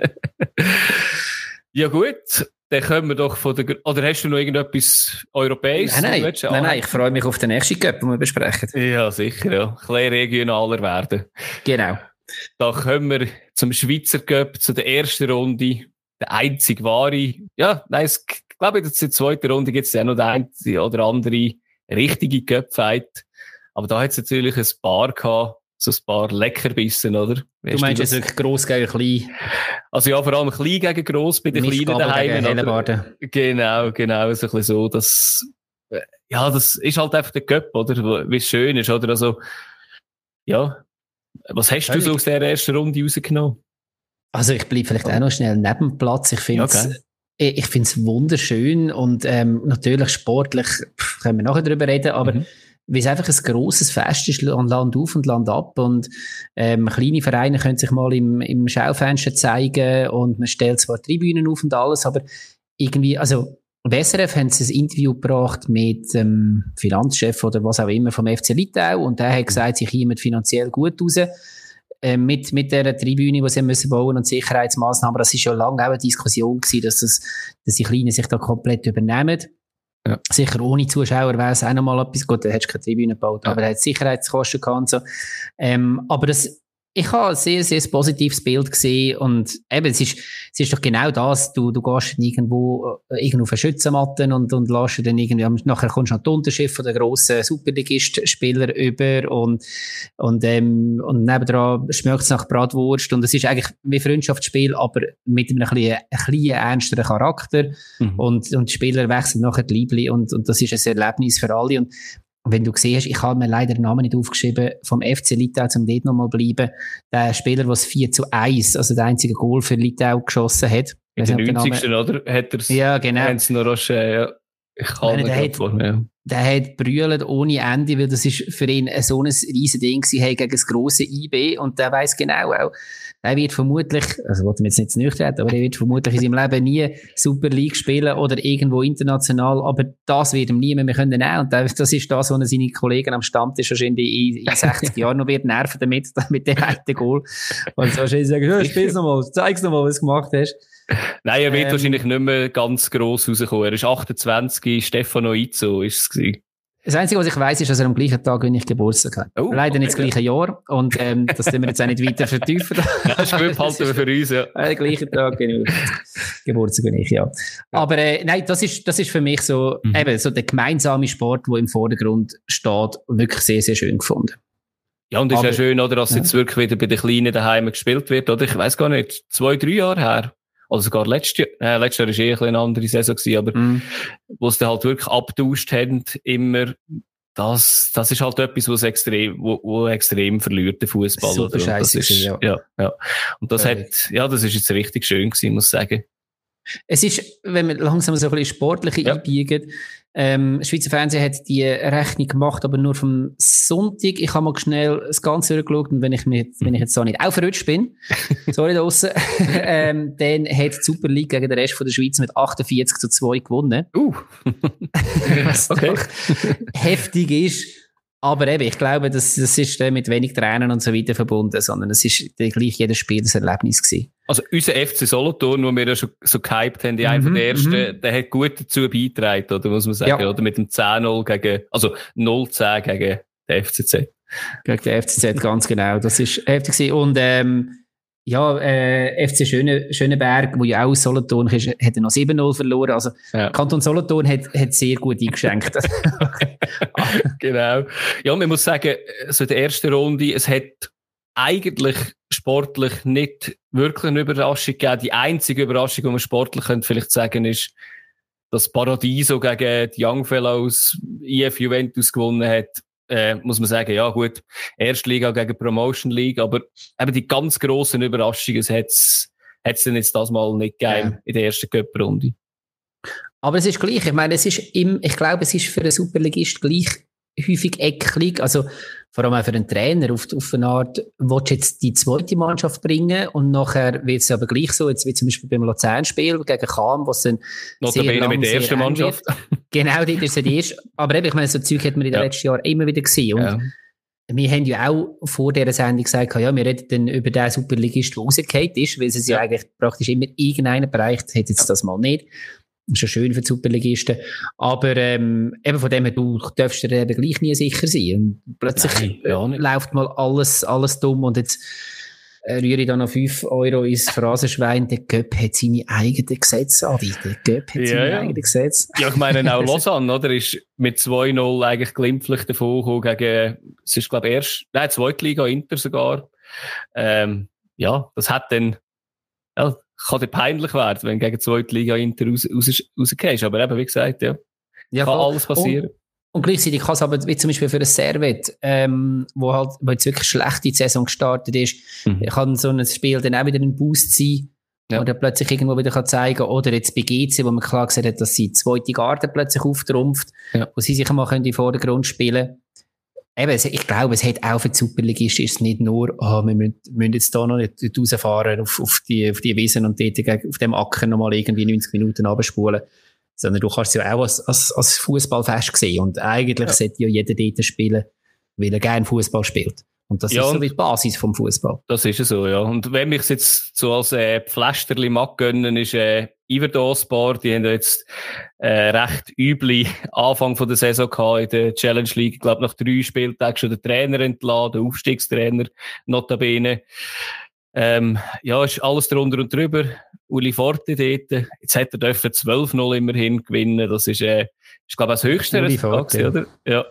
Ja gut. Dann können wir doch von der, oder hast du noch irgendetwas Europäisches? Nein, nein, nein, nein, ich freue mich auf den nächsten Cup, den wir besprechen. Ja, sicher, ja. Ein bisschen regionaler werden. Genau. Da kommen wir zum Schweizer Cup, zu der ersten Runde. Der einzig wahre, ja, nein, es, ich glaube, in der zweiten Runde gibt es ja noch den einzige oder andere richtige Cup-Fight. Aber da hat es natürlich ein paar gehabt, so ein paar Leckerbissen, oder? Du meinst jetzt wirklich gross gegen klein? Also ja, vor allem klein gegen gross bei den Kleinen daheim. Genau, genau, so ein bisschen so, dass, ja, das ist halt einfach der Cup, oder? Wie es schön ist, oder? Also, ja. Was hast ja, du so aus der ersten Runde rausgenommen? Also ich bleibe vielleicht oh. auch noch schnell neben dem Platz. Ich finde es okay. ich finde es wunderschön und ähm, natürlich sportlich pff, können wir nachher darüber reden, aber mhm. weil es einfach ein grosses Fest ist, Land auf und Land ab und ähm, kleine Vereine können sich mal im, im Schaufenster zeigen und man stellt zwar Tribünen auf und alles, aber irgendwie, also W S R F haben sie ein Interview gebracht mit dem ähm, Finanzchef oder was auch immer vom F C Litau und der hat gesagt, sie kommen finanziell gut raus äh, mit, mit der Tribüne, die sie müssen bauen und Sicherheitsmaßnahmen. Das ist schon lange auch eine Diskussion gewesen, dass, das, dass die Kleinen sich da komplett übernehmen. Ja. Sicher ohne Zuschauer wäre es auch noch mal etwas, gut, da hättest du keine Tribüne gebaut, ja. aber er hat Sicherheitskosten gehabt und so. Ähm, aber das, ich habe ein sehr, sehr positives Bild gesehen und eben, es ist, es ist doch genau das, du, du gehst irgendwo, irgendwo auf eine Schützenmatte und, und lässt dann irgendwie, nachher kommst du an die Unterschrift von den grossen Superligist-Spieler über und, und, ähm, und nebendran schmeckt es nach Bratwurst und es ist eigentlich wie Freundschaftsspiel, aber mit einem kleinen, kleinen ernsteren Charakter mhm. und, und die Spieler wechseln nachher die Liebli und, und das ist ein Erlebnis für alle und wenn du siehst, ich habe mir leider den Namen nicht aufgeschrieben, vom F C Litau, zum dort nochmal bleiben, der Spieler, der das vier zu eins, also der einzige Goal für Litau geschossen hat. In der neunzigsten oder? Hat er's, ja, genau. Heinz Noroche, ja. Ich kann mir der, hat, vor, ja. der hat brüllt ohne Ende, weil das ist für ihn so ein riesen Ding gewesen, hey, gegen das grosse I B, und der weiss genau auch, er wird vermutlich, also wollte mir jetzt nicht zu nüchtern reden, aber er wird vermutlich in seinem Leben nie Super League spielen oder irgendwo international, aber das wird ihm niemand mehr können nehmen, und das ist das, was er seine Kollegen am Stammtisch wahrscheinlich in, in sechzig Jahren noch wird nerven damit, mit dem einen Goal, weil sie wahrscheinlich sagen, ja, spiel's nochmal, zeig's nochmal, was du gemacht hast. Nein, er wird ähm, wahrscheinlich nicht mehr ganz gross rauskommen. Er ist achtundzwanzig, Stefano Izzo ist es gewesen. Das Einzige, was ich weiss, ist, dass er am gleichen Tag, wenn ich Geburtstag habe. Oh, leider okay, nicht das gleiche ja. Jahr. Und ähm, das können wir jetzt auch nicht weiter vertiefen. Ja, das ist gut, halten wir für uns, ja. Am gleichen Tag, genau. Geburtstag bin ich, ja. Aber äh, nein, das ist, das ist für mich so, mhm. eben, so der gemeinsame Sport, der im Vordergrund steht, wirklich sehr, sehr schön gefunden. Ja, und es ist ja schön, oder, dass ja. jetzt wirklich wieder bei den Kleinen daheim gespielt wird, oder? Ich weiss gar nicht, zwei, drei Jahre her. Oder sogar letztes Jahr, äh, letztes Jahr war eh ein bisschen eine andere Saison gewesen, aber mm. wo sie dann halt wirklich abgetauscht haben, immer, das, das ist halt etwas, was extrem, wo, wo extrem verliert, der Fußball. Super scheiße, ja. ja, ja. Und das okay. hat, ja, das ist jetzt richtig schön gewesen, muss ich sagen. Es ist, wenn wir langsam so ein bisschen sportliche ja. einbiegen, ähm, das Schweizer Fernsehen hat die Rechnung gemacht, aber nur vom Sonntag. Ich habe mal schnell das Ganze durchgeschaut, und wenn ich, mir, wenn ich jetzt so nicht aufgerutscht bin, sorry da draussen, ähm, dann hat die Super League gegen den Rest von der Schweiz mit achtundvierzig zu zwei gewonnen. Uh. Was okay. doch heftig ist. Aber eben, ich glaube, das, das ist mit wenig Tränen und so weiter verbunden, sondern es ist gleich jedes Spiel das Erlebnis gewesen. Also unser F C Solothurn, wo wir ja schon so gehypt haben, die einen von der ersten, mm-hmm. der hat gut dazu beigetragen, oder muss man sagen, ja. oder mit dem zehn null gegen, also null zehn gegen den F C Z. Gegen den F C Z, ganz genau. Das ist heftig gewesen. Und ähm, ja, äh, F C Schöne, Schöneberg, wo ja auch Solothurn ist, hat er noch sieben null verloren. Also ja. Kanton Solothurn hat, hat sehr gut eingeschenkt. Genau. Ja, man muss sagen, so in der ersten Runde, es hat eigentlich sportlich nicht wirklich eine Überraschung gegeben. Die einzige Überraschung, die man sportlich könnte vielleicht sagen, ist, dass Paradiso gegen die Youngfellows I F Juventus gewonnen hat. Äh, muss man sagen, ja gut, Erstliga gegen Promotion League, aber eben die ganz grossen Überraschungen hat es dann jetzt das mal nicht gegeben ja. in der ersten Cup-Runde. Aber es ist gleich, ich meine, es ist im, ich glaube, es ist für einen Superligist gleich häufig ecklig, also vor allem auch für einen Trainer auf, auf eine Art, willst du jetzt die zweite Mannschaft bringen und nachher wird es aber gleich so, jetzt wie zum Beispiel beim Luzern-Spiel gegen Cham, was dann sehr lang, mit der ersten Mannschaft. Genau, die ist ja die erste. Aber eben, ich meine, so Zeug hat man in den ja. letzten Jahren immer wieder gesehen. Und ja. wir haben ja auch vor dieser Sendung gesagt, ja, wir reden dann über den Superligist, der rausgefallen ist, weil es ja. ja eigentlich praktisch immer irgendeinen Bereich hat, jetzt ja. das mal nicht. Das ist ja schön für die Superligisten. Aber ähm, eben von dem her, du darfst dir eben gleich nie sicher sein. Und plötzlich Nein, ja läuft mal alles, alles dumm, und jetzt äh, rühre ich da noch fünf Euro ins Phrasenschwein. Der Göpp hat seine eigenen Gesetze, Adi. Der Göpp hat ja, seine ja. eigenen Gesetze. Ja, ich meine, auch Lausanne, oder? Ist mit zwei null eigentlich glimpflich davon gekommen gegen, es ist, glaube ich, erst, nein, Zweitliga, Inter sogar. Ähm, ja, das hat dann, ja, kann dir peinlich werden, wenn du gegen die zweite Liga Inter raus, raus, rausgehst. Aber eben, wie gesagt, ja, ja kann voll. Alles passieren. Und, und gleichzeitig kann es aber, wie zum Beispiel für ein Servet, ähm, wo halt, wo jetzt wirklich schlecht die Saison gestartet ist, mhm. kann so ein Spiel dann auch wieder ein Boost sein, ja. oder plötzlich irgendwo wieder kann zeigen, oder jetzt bei G C, wo man klar gesagt hat, dass sie die zweite Garde plötzlich auftrumpft, ja. wo sie sich einmal in den Vordergrund spielen können. Eben, ich glaube, es hat auch für die Superligisten ist es nicht nur, oh, wir müssen, müssen jetzt da noch nicht rausfahren auf, auf die, auf die Wiesen und dort auf dem Acker nochmal irgendwie neunzig Minuten runterspulen, sondern du kannst es ja auch als, als, als Fußballfest sehen. Und eigentlich ja. sollte ja jeder dort spielen, weil er gerne Fußball spielt. Und das ja, ist so wie die Basis vom Fußball. Das ist so, ja. Und wenn mich jetzt so als äh, Pflasterli mag gönnen, ist äh, Iverdosbar, die haben jetzt äh, recht üble Anfang von der Saison gehabt in der Challenge League. Ich glaube, nach drei Spieltagen schon der Trainer entlassen, der Aufstiegstrainer notabene. Ähm, ja, ist alles drunter und drüber. Uli Forte dort. Jetzt hat er dürfen zwölf null immerhin gewinnen. Das ist, äh, ist glaube ich, das höchste Resultat, ja. Oder? Ja.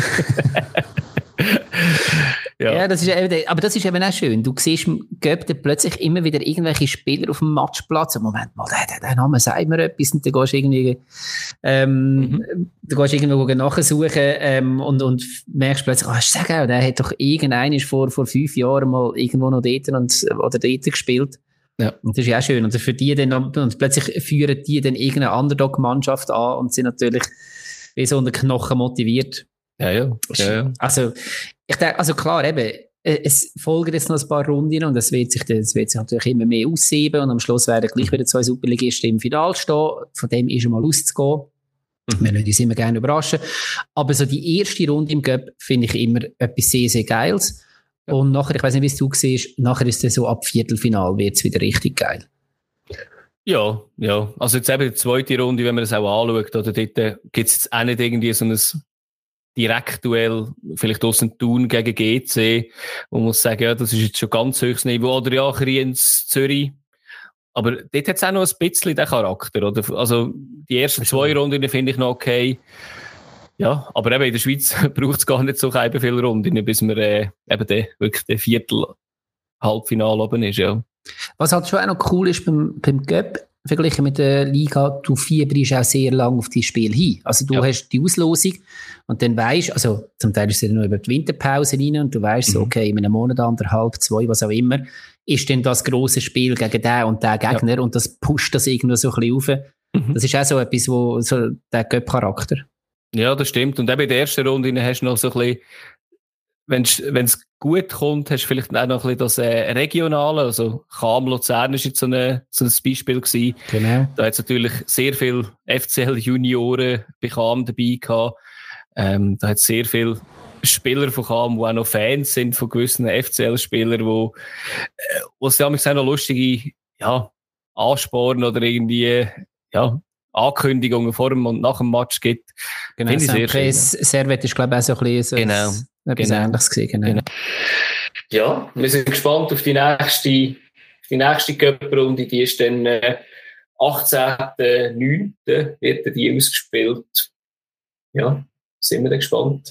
Ja. ja, das ist eben, aber das ist eben auch schön. Du siehst im Göpp plötzlich immer wieder irgendwelche Spieler auf dem Matchplatz. Und Moment mal, der, der Name sagt mir etwas. Und dann gehst du irgendwie, ähm, mhm. du gehst irgendwo nachsuchen, ähm, und, und merkst plötzlich, ah, oh, sag auch, der hat doch irgendeiner vor, vor fünf Jahren mal irgendwo noch dort und, oder dort gespielt. Ja. Und das ist ja auch schön. Und für die dann, und plötzlich führen die dann irgendeine Underdog-Mannschaft an und sind natürlich, wie so unter Knochen motiviert. Ja, ja. ja, ja. Also, ich denke, also klar, eben, es folgen jetzt noch ein paar Runden und es wird sich, das wird sich natürlich immer mehr aussieben und am Schluss werden gleich wieder zwei Superligisten im Finale stehen. Von dem ist schon mal auszugehen. Mhm. Wir lassen uns immer gerne überraschen. Aber so die erste Runde im Cup finde ich immer etwas sehr, sehr Geiles. Ja. Und nachher, ich weiß nicht, wie es du siehst, nachher ist es so ab Viertelfinal wird es wieder richtig geil. Ja, ja. Also jetzt eben die zweite Runde, wenn man das auch anschaut, oder dort gibt es jetzt auch nicht irgendwie so ein Direktduell, vielleicht aussen Thun gegen G C, wo man muss sagen, ja, das ist jetzt schon ganz höchstes Niveau, oder ja, Kriens, Zürich. Aber dort hat es auch noch ein bisschen den Charakter, oder? Also, die ersten zwei Runden finde ich noch okay. Ja, aber eben in der Schweiz braucht es gar nicht so viele Runden, bis man äh, eben den, wirklich den Viertel Halbfinale oben ist, ja. Was halt schon auch noch cool ist beim, beim Cup, verglichen mit der Liga, du fieberst auch sehr lang auf die Spiel hin. Also du ja. hast die Auslosung und dann weisst, also zum Teil ist es ja noch über die Winterpause rein und du weisst mhm. so, okay, in einem Monat, anderthalb, zwei, was auch immer, ist dann das grosse Spiel gegen den und den Gegner ja. und das pusht das irgendwo so ein bisschen rauf. Mhm. Das ist auch so etwas, wo so der Cup-Charakter. Ja, das stimmt. Und eben in der ersten Runde hast du noch so ein bisschen, wenn es gut kommt, hast du vielleicht auch noch ein bisschen das äh, Regionale, also Cham Luzern ist jetzt so, eine, so ein Beispiel gewesen. Genau. Da hat es natürlich sehr viele F C L-Junioren bei Cham dabei gehabt. Ähm, da hat es sehr viele Spieler von Cham, die auch noch Fans sind von gewissen F C L-Spielern, wo, äh, wo es ja auch noch lustige ja, Ansporen oder irgendwie ja, Ankündigungen vor dem und nach dem Match gibt. Genau, Finde ich sehr schön. Servet ist, glaube ich, auch so ein bisschen genau. so etwas genau. Ähnliches gewesen. Genau. Genau. Ja, wir sind gespannt auf die nächste, auf die nächste Cup-Runde. Die ist dann äh, achtzehnten neunten wird die ausgespielt. Ja, sind wir dann gespannt.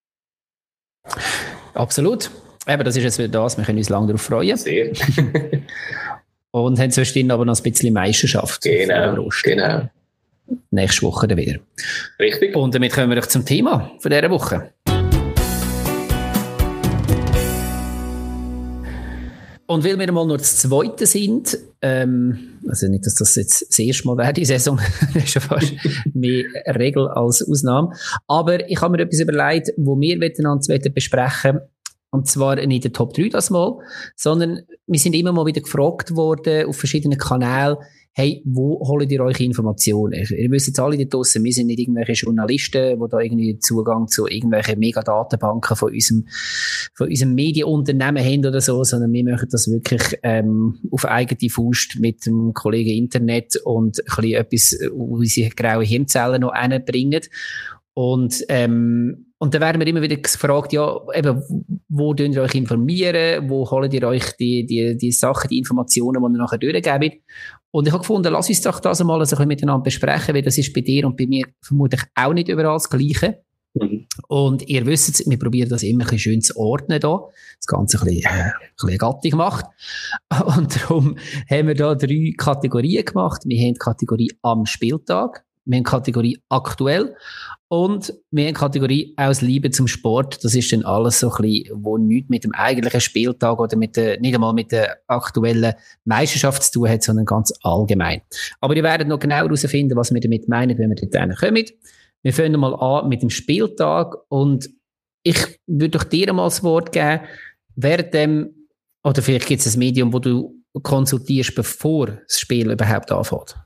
Absolut. Eben, das ist jetzt wieder das. Wir können uns lange darauf freuen. Sehr. Und haben sonst aber noch ein bisschen Meisterschaft. Genau, genau. Nächste Woche dann wieder. Richtig. Und damit kommen wir zum Thema von dieser Woche. Und weil wir mal nur das Zweite sind, ähm, also nicht, dass das jetzt das erste Mal wäre, die Saison, das ist schon fast mehr Regel als Ausnahme. Aber ich habe mir etwas überlegt, wo wir miteinander besprechen wollen. Und zwar nicht in der Top drei das Mal, sondern wir sind immer mal wieder gefragt worden auf verschiedenen Kanälen, hey, wo holt ihr euch Informationen? Ihr wisst jetzt alle da draussen, wir sind nicht irgendwelche Journalisten, die da irgendwie Zugang zu irgendwelchen Megadatenbanken von unserem, von unserem Medienunternehmen haben oder so, sondern wir machen das wirklich ähm, auf eigene Faust mit dem Kollegen Internet und ein bisschen etwas, wo unsere graue Hirnzellen noch hinbringen. Und, ähm, und dann werden wir immer wieder gefragt, ja, eben, wo könnt ihr euch informieren? Wo holt ihr euch die, die, die Sachen, die Informationen, die ihr nachher durchgebt? Und ich habe gefunden, lass uns doch das einmal so ein bisschen miteinander besprechen, weil das ist bei dir und bei mir vermutlich auch nicht überall das Gleiche. Mhm. Und ihr wisst, wir probieren das immer ein bisschen schön zu ordnen da. Das Ganze ein bisschen, äh, ein bisschen gattig gemacht. Und darum haben wir da drei Kategorien gemacht. Wir haben die Kategorie am Spieltag. Wir haben die Kategorie aktuell und wir haben die Kategorie aus Liebe zum Sport. Das ist dann alles so ein bisschen, wo nichts mit dem eigentlichen Spieltag oder mit der, nicht einmal mit der aktuellen Meisterschaft zu tun hat, sondern ganz allgemein. Aber ihr werdet noch genau herausfinden, was wir damit meinen, wenn wir dort kommen. Wir fangen mal an mit dem Spieltag und ich würde doch dir mal das Wort geben, während dem, oder vielleicht gibt es ein Medium, wo du konsultierst, bevor das Spiel überhaupt anfängt.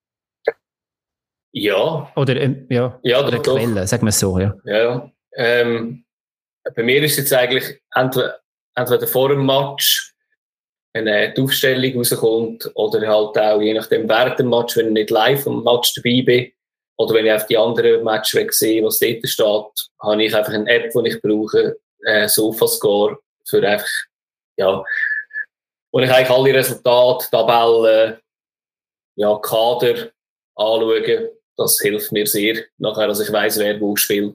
Ja. Oder, ähm, ja, ja oder doch, Quelle, sagen wir es so, ja. Ja, ähm, bei mir ist es jetzt eigentlich entweder, entweder vor dem Match, wenn äh, die Aufstellung rauskommt, oder halt auch, je nachdem, während dem Match, wenn ich nicht live am Match dabei bin, oder wenn ich auf die anderen Matches sehe, was dort steht, habe ich einfach eine App, die ich brauche, äh, Sofascore, für einfach, ja, wo ich eigentlich alle Resultate, Tabellen, ja, Kader anschauen. Das hilft mir sehr, nachher, dass ich weiss, wer wo spielt.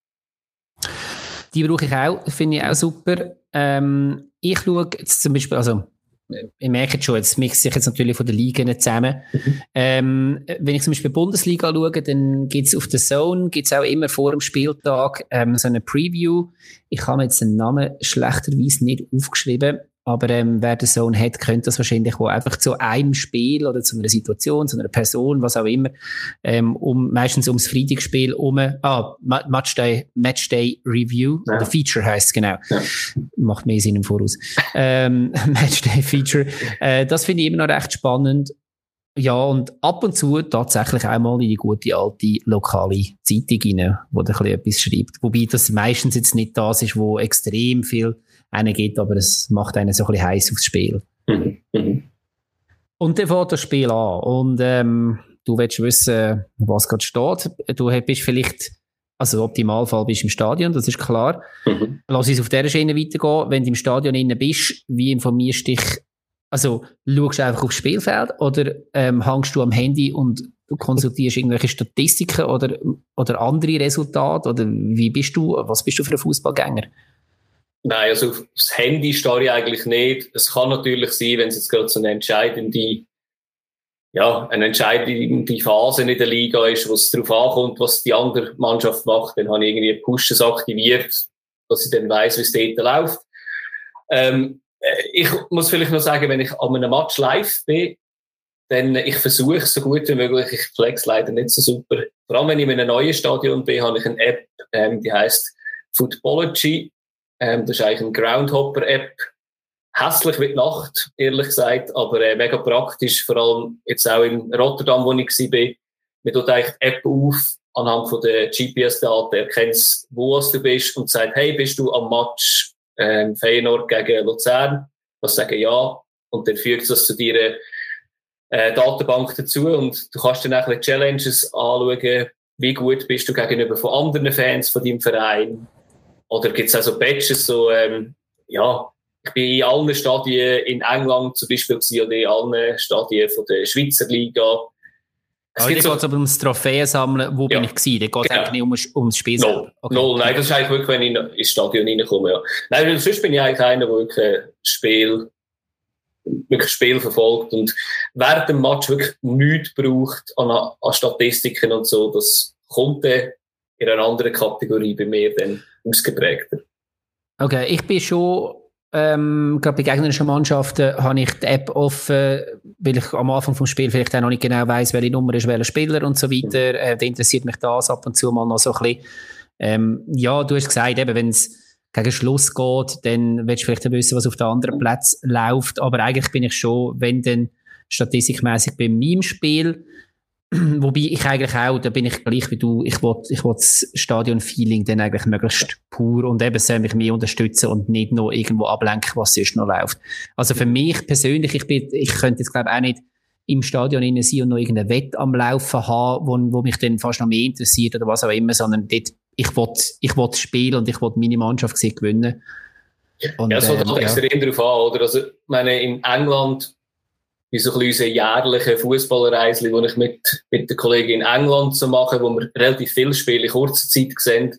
Die brauche ich auch, finde ich auch super. Ähm, ich schaue jetzt zum Beispiel, also, ich merke jetzt schon, jetzt mixe ich jetzt natürlich von den Ligen zusammen. Mhm. Ähm, wenn ich zum Beispiel Bundesliga schaue, dann gibt es auf der Zone, gibt es auch immer vor dem Spieltag ähm, so eine Preview. Ich habe mir jetzt den Namen schlechterweise nicht aufgeschrieben, aber ähm, wer den Zone hat, könnte das wahrscheinlich auch einfach zu einem Spiel oder zu einer Situation, zu einer Person, was auch immer, ähm, um, meistens ums Freitagsspiel um, ah, Matchday, Matchday Review, ja. Oder Feature heisst es genau. Ja. Macht mehr Sinn im Voraus. ähm, Matchday Feature. Äh, das finde ich immer noch recht spannend. Ja, und ab und zu tatsächlich einmal in die gute alte lokale Zeitung rein, wo da ein bisschen etwas schreibt. Wobei das meistens jetzt nicht das ist, wo extrem viel einen gibt, aber es macht einen so ein bisschen heiß aufs Spiel. Mhm. Mhm. Und dann fängt das Spiel an. Und ähm, du willst wissen, was gerade steht. Du bist vielleicht, also im Optimalfall bist du im Stadion, das ist klar. Mhm. Lass uns auf dieser Schiene weitergehen. Wenn du im Stadion innen bist, wie informierst du dich? Also, schaust du einfach aufs Spielfeld oder ähm, hängst du am Handy und du konsultierst irgendwelche Statistiken oder, oder andere Resultate? Oder wie bist du, was bist du für ein Fußballgänger? Nein, also aufs Handy stehe ich eigentlich nicht. Es kann natürlich sein, wenn es jetzt gerade so eine entscheidende, ja, eine entscheidende Phase in der Liga ist, wo es darauf ankommt, was die andere Mannschaft macht, dann habe ich irgendwie Pushes aktiviert, dass ich dann weiss, wie es dort läuft. Ähm, Ich muss vielleicht noch sagen, wenn ich an einem Match live bin, dann ich versuche es so gut wie möglich. Ich flex leider nicht so super. Vor allem, wenn ich in einem neuen Stadion bin, habe ich eine App, ähm, die heisst Footballogy. Ähm, das ist eigentlich eine Groundhopper-App. Hässlich wie die Nacht, ehrlich gesagt, aber äh, mega praktisch. Vor allem jetzt auch in Rotterdam, wo ich war. Man tut eigentlich die App auf, anhand von der G P S-Daten, erkennt, wo du bist und sagt, hey, bist du am Match Ähm, Feyenoord gegen Luzern, was sagen ja, und dann fügt das zu deiner äh, Datenbank dazu und du kannst dann auch ein bisschen Challenges anschauen, wie gut bist du gegenüber von anderen Fans von deinem Verein, oder gibt es auch so Badges, so, ähm, ja, ich bin in allen Stadien in England zum Beispiel gewesen, oder in allen Stadien von der Schweizer Liga. Es geht so, aber ums Trophäen sammeln, wo ja, bin ich gewesen? Da geht es eigentlich nicht um, ums Spiel no, selber. Okay. No, nein, das ist eigentlich wirklich, wenn ich ins Stadion reinkomme, ja. Nein, weil sonst bin ich eigentlich einer, der wirklich Spiel, wirklich Spiel verfolgt und während dem Match wirklich nichts braucht an, an Statistiken und so. Das kommt dann in einer anderen Kategorie bei mir dann ausgeprägter. Okay, ich bin schon Ähm, gerade bei gegnerischen Mannschaften habe ich die App offen, weil ich am Anfang vom Spiel vielleicht auch noch nicht genau weiss, welche Nummer ist, welcher Spieler und so weiter. Äh, da interessiert mich das ab und zu mal noch so ein bisschen. Ähm, ja, du hast gesagt, eben, wenn es gegen Schluss geht, dann willst du vielleicht wissen, was auf den anderen Platz läuft. Aber eigentlich bin ich schon, wenn dann statistikmäßig bei meinem Spiel, wobei ich eigentlich auch, da bin ich gleich wie du, ich will, ich will das Stadion-Feeling dann eigentlich möglichst pur und eben soll mich mehr unterstützen und nicht noch irgendwo ablenken, was sonst noch läuft. Also für mich persönlich, ich bin, ich könnte jetzt glaube ich auch nicht im Stadion innen sein und noch irgendeine Wette am Laufen haben, wo, wo mich dann fast noch mehr interessiert oder was auch immer, sondern dort, ich will, ich will spielen und ich will meine Mannschaft gewinnen. Und, ja, es kommt halt äh, extrem ja. darauf an, oder? Also, ich meine, in England, wie so ein bisschen jährliche Fußballreise, die ich mit, mit der Kollegin in England so mache, wo wir relativ viele Spiele in kurzer Zeit sehen.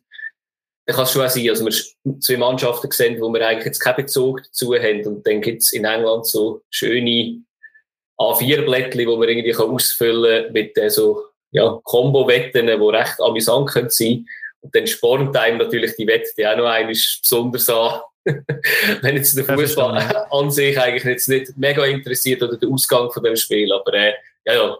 Da kann es schon auch sein, also wir zwei Mannschaften sehen, wo wir eigentlich jetzt keinen Bezug dazu haben. Und dann gibt es in England so schöne A vier Blättchen, die man irgendwie ausfüllen kann mit so, ja, Combo-Wetten, die recht amüsant sein können. Und dann spornt einem natürlich die Wette die auch noch einmal besonders an. Wenn jetzt der Fußball ja, an sich eigentlich jetzt nicht mega interessiert oder der Ausgang von dem Spiel, aber äh, ja, ja.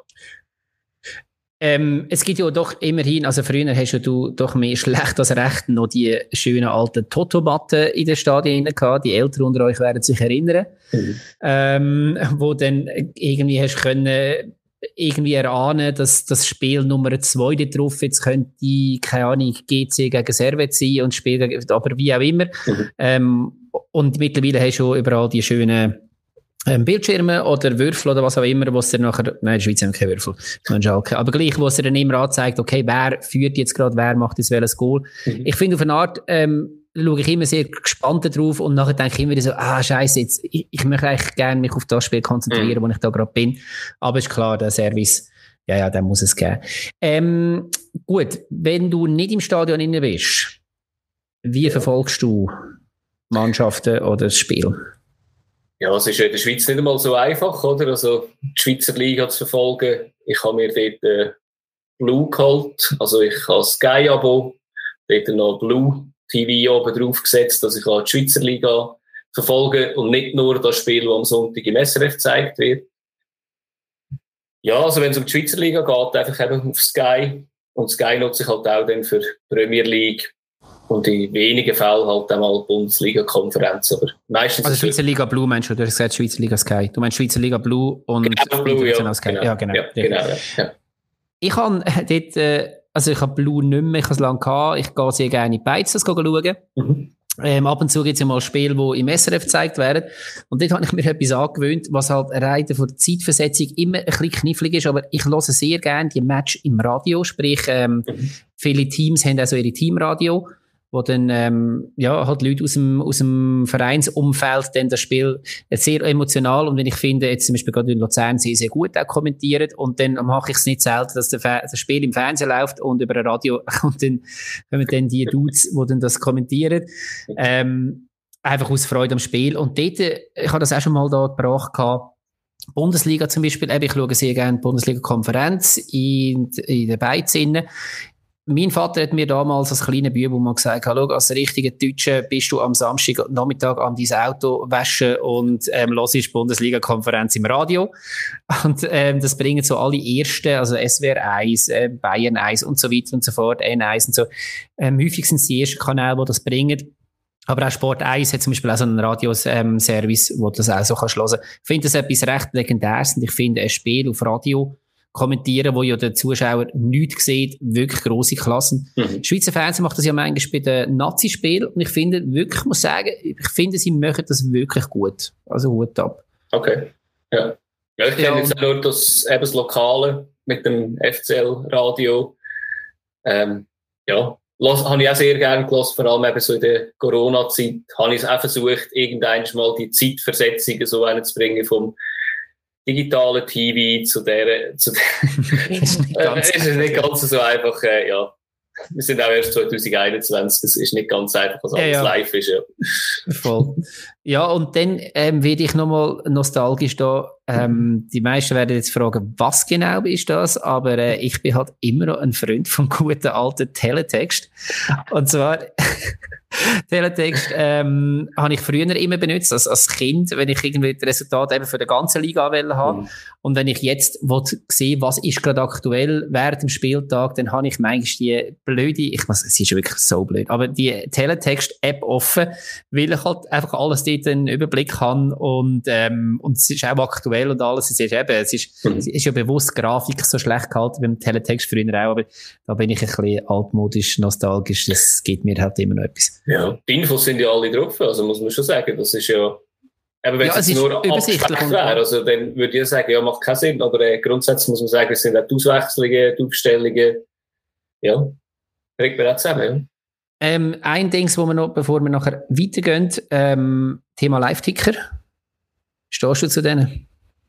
Ähm, es gibt ja doch immerhin, also früher hast du doch mehr schlecht als recht noch die schönen alten Toto-Batten in den Stadien gehabt. Die Älteren unter euch werden sich erinnern, mhm. ähm, wo dann irgendwie hast können irgendwie erahnen, dass das Spiel Nummer zwei da drauf jetzt könnte, keine Ahnung, G C gegen Servet sein und Spiel gegen, aber wie auch immer. Mhm. Ähm, und mittlerweile hast du überall die schönen ähm, Bildschirme oder Würfel oder was auch immer, wo es dann nachher, nein, in der Schweiz haben wir keine Würfel, aber gleich, wo es dann immer anzeigt, okay, wer führt jetzt gerade, wer macht jetzt welches Goal. Mhm. Ich finde auf eine Art, ähm, schaue ich immer sehr gespannt drauf und nachher denke ich immer wieder so, ah, scheisse, jetzt, ich, ich möchte eigentlich gerne mich auf das Spiel konzentrieren, mhm. wo ich da gerade bin. Aber ist klar, der Service, ja, ja, den muss es geben. Ähm, gut, wenn du nicht im Stadion inne bist, wie ja. verfolgst du Mannschaften oder das Spiel? Ja, es ist in der Schweiz nicht einmal so einfach, oder? Also, die Schweizer Liga zu verfolgen. Ich habe mir dort äh, Blue geholt, also ich habe das Sky-Abo, dort noch Blue T V oben drauf gesetzt, dass ich die Schweizer Liga verfolgen und nicht nur das Spiel, das am Sonntag im S R F gezeigt wird. Ja, also wenn es um die Schweizer Liga geht, einfach eben auf Sky. Und Sky nutze ich halt auch dann für Premier League und in wenigen Fällen halt auch mal Bundesliga-Konferenz. Aber meistens also Schweizer Liga Blue meinst du? Du hast gesagt Schweizer Liga Sky. Du meinst Schweizer Liga Blue und genau, Blue, ja. Sky. Genau. Ja, genau. Ja, genau ja, ja. Ich habe dort, äh, also ich habe Blue nicht mehr, ich habe es lange gehabt. Ich gehe sehr gerne in die Beiz schauen. Mhm. Ähm, ab und zu gibt es ja mal Spiele, die im S R F gezeigt werden. Und dort habe ich mir etwas angewöhnt, was halt rein von der Zeitversetzung immer ein bisschen knifflig ist. Aber ich höre sehr gerne die Match im Radio. Sprich, ähm, mhm. viele Teams haben also ihre Teamradio, wo dann ähm, ja, halt Leute aus dem, aus dem Vereinsumfeld dann das Spiel sehr emotional und wenn ich finde, jetzt zum Beispiel gerade in Luzern sehr, sehr gut auch kommentiert und dann mache ich es nicht selten, dass der Fe- das Spiel im Fernsehen läuft und über ein Radio und dann kommen dann die Dudes, die dann das kommentieren, ähm, einfach aus Freude am Spiel und dort, ich habe das auch schon mal da gebracht gehabt, Bundesliga zum Beispiel, eben, ich schaue sehr gerne die Bundesliga-Konferenz in, in den Beizinnen. Mein Vater hat mir damals als kleiner Bub mal gesagt, schau, als richtiger Deutscher bist du am Samstag Nachmittag an dein Auto waschen und ähm, hörst die Bundesliga-Konferenz im Radio. Und ähm, das bringen so alle Ersten, also S W R eins, äh, Bayern eins und so weiter und so fort, N eins und so. Ähm, häufig sind es die ersten Kanäle, die das bringen. Aber auch Sport eins hat zum Beispiel auch so einen Radioservice, ähm, wo du das auch so kannst hören. Ich finde das etwas recht Legendäres und ich finde ein Spiel auf Radio kommentieren, wo ja der Zuschauer nichts sieht, wirklich grosse Klassen. Mhm. Schweizer Fernsehen macht das ja manchmal bei den Nazi-Spielen und ich finde, wirklich, ich muss sagen, ich finde, sie machen das wirklich gut. Also Hut ab. Okay, ja. Ja, ich kenne ja, jetzt auch nur das, eben das Lokale mit dem F C L-Radio. Ähm, ja, Los, habe ich auch sehr gerne gehört, vor allem eben so in der Corona-Zeit, habe ich es auch versucht, irgendwann mal die Zeitversetzungen so reinzubringen vom digitale T V zu der, zu der ist nicht ganz, äh, ist nicht ganz so einfach, äh, ja. Wir sind auch erst zwanzig einundzwanzig, das ist nicht ganz einfach, was alles ja, ja. live ist, ja. Voll. Ja, und dann ähm, werde ich nochmal nostalgisch da. Ähm, die meisten werden jetzt fragen, was genau ist das? Aber äh, ich bin halt immer noch ein Freund vom guten alten Teletext. Und zwar Teletext ähm, habe ich früher immer benutzt, als, als Kind, wenn ich irgendwie das Resultat eben für die ganze Liga wollte haben. Mhm. Und wenn ich jetzt sehe, was ist gerade aktuell während dem Spieltag, dann habe ich manchmal die blöde, ich muss, es ist wirklich so blöd, aber die Teletext-App offen, weil ich halt einfach alles dort einen Überblick habe und, ähm, und es ist auch aktuell und alles. Es ist eben, es ist, mhm. es ist ja bewusst Grafik so schlecht gehalten beim Teletext früher auch, aber da bin ich ein bisschen altmodisch, nostalgisch, das gibt mir halt immer noch etwas. Ja, die Infos sind ja alle drauf, also muss man schon sagen, das ist ja, eben wenn ja, es, es nur abgespeckt wäre, also dann würde ich sagen, ja, macht keinen Sinn, aber äh, grundsätzlich muss man sagen, es sind auch die Auswechslungen, die Aufstellungen, ja, kriegt man auch zusammen, ja. Ähm, ein Ding, wo wir noch, bevor wir nachher weitergehen, ähm, Thema Live-Ticker. Stehst du zu denen?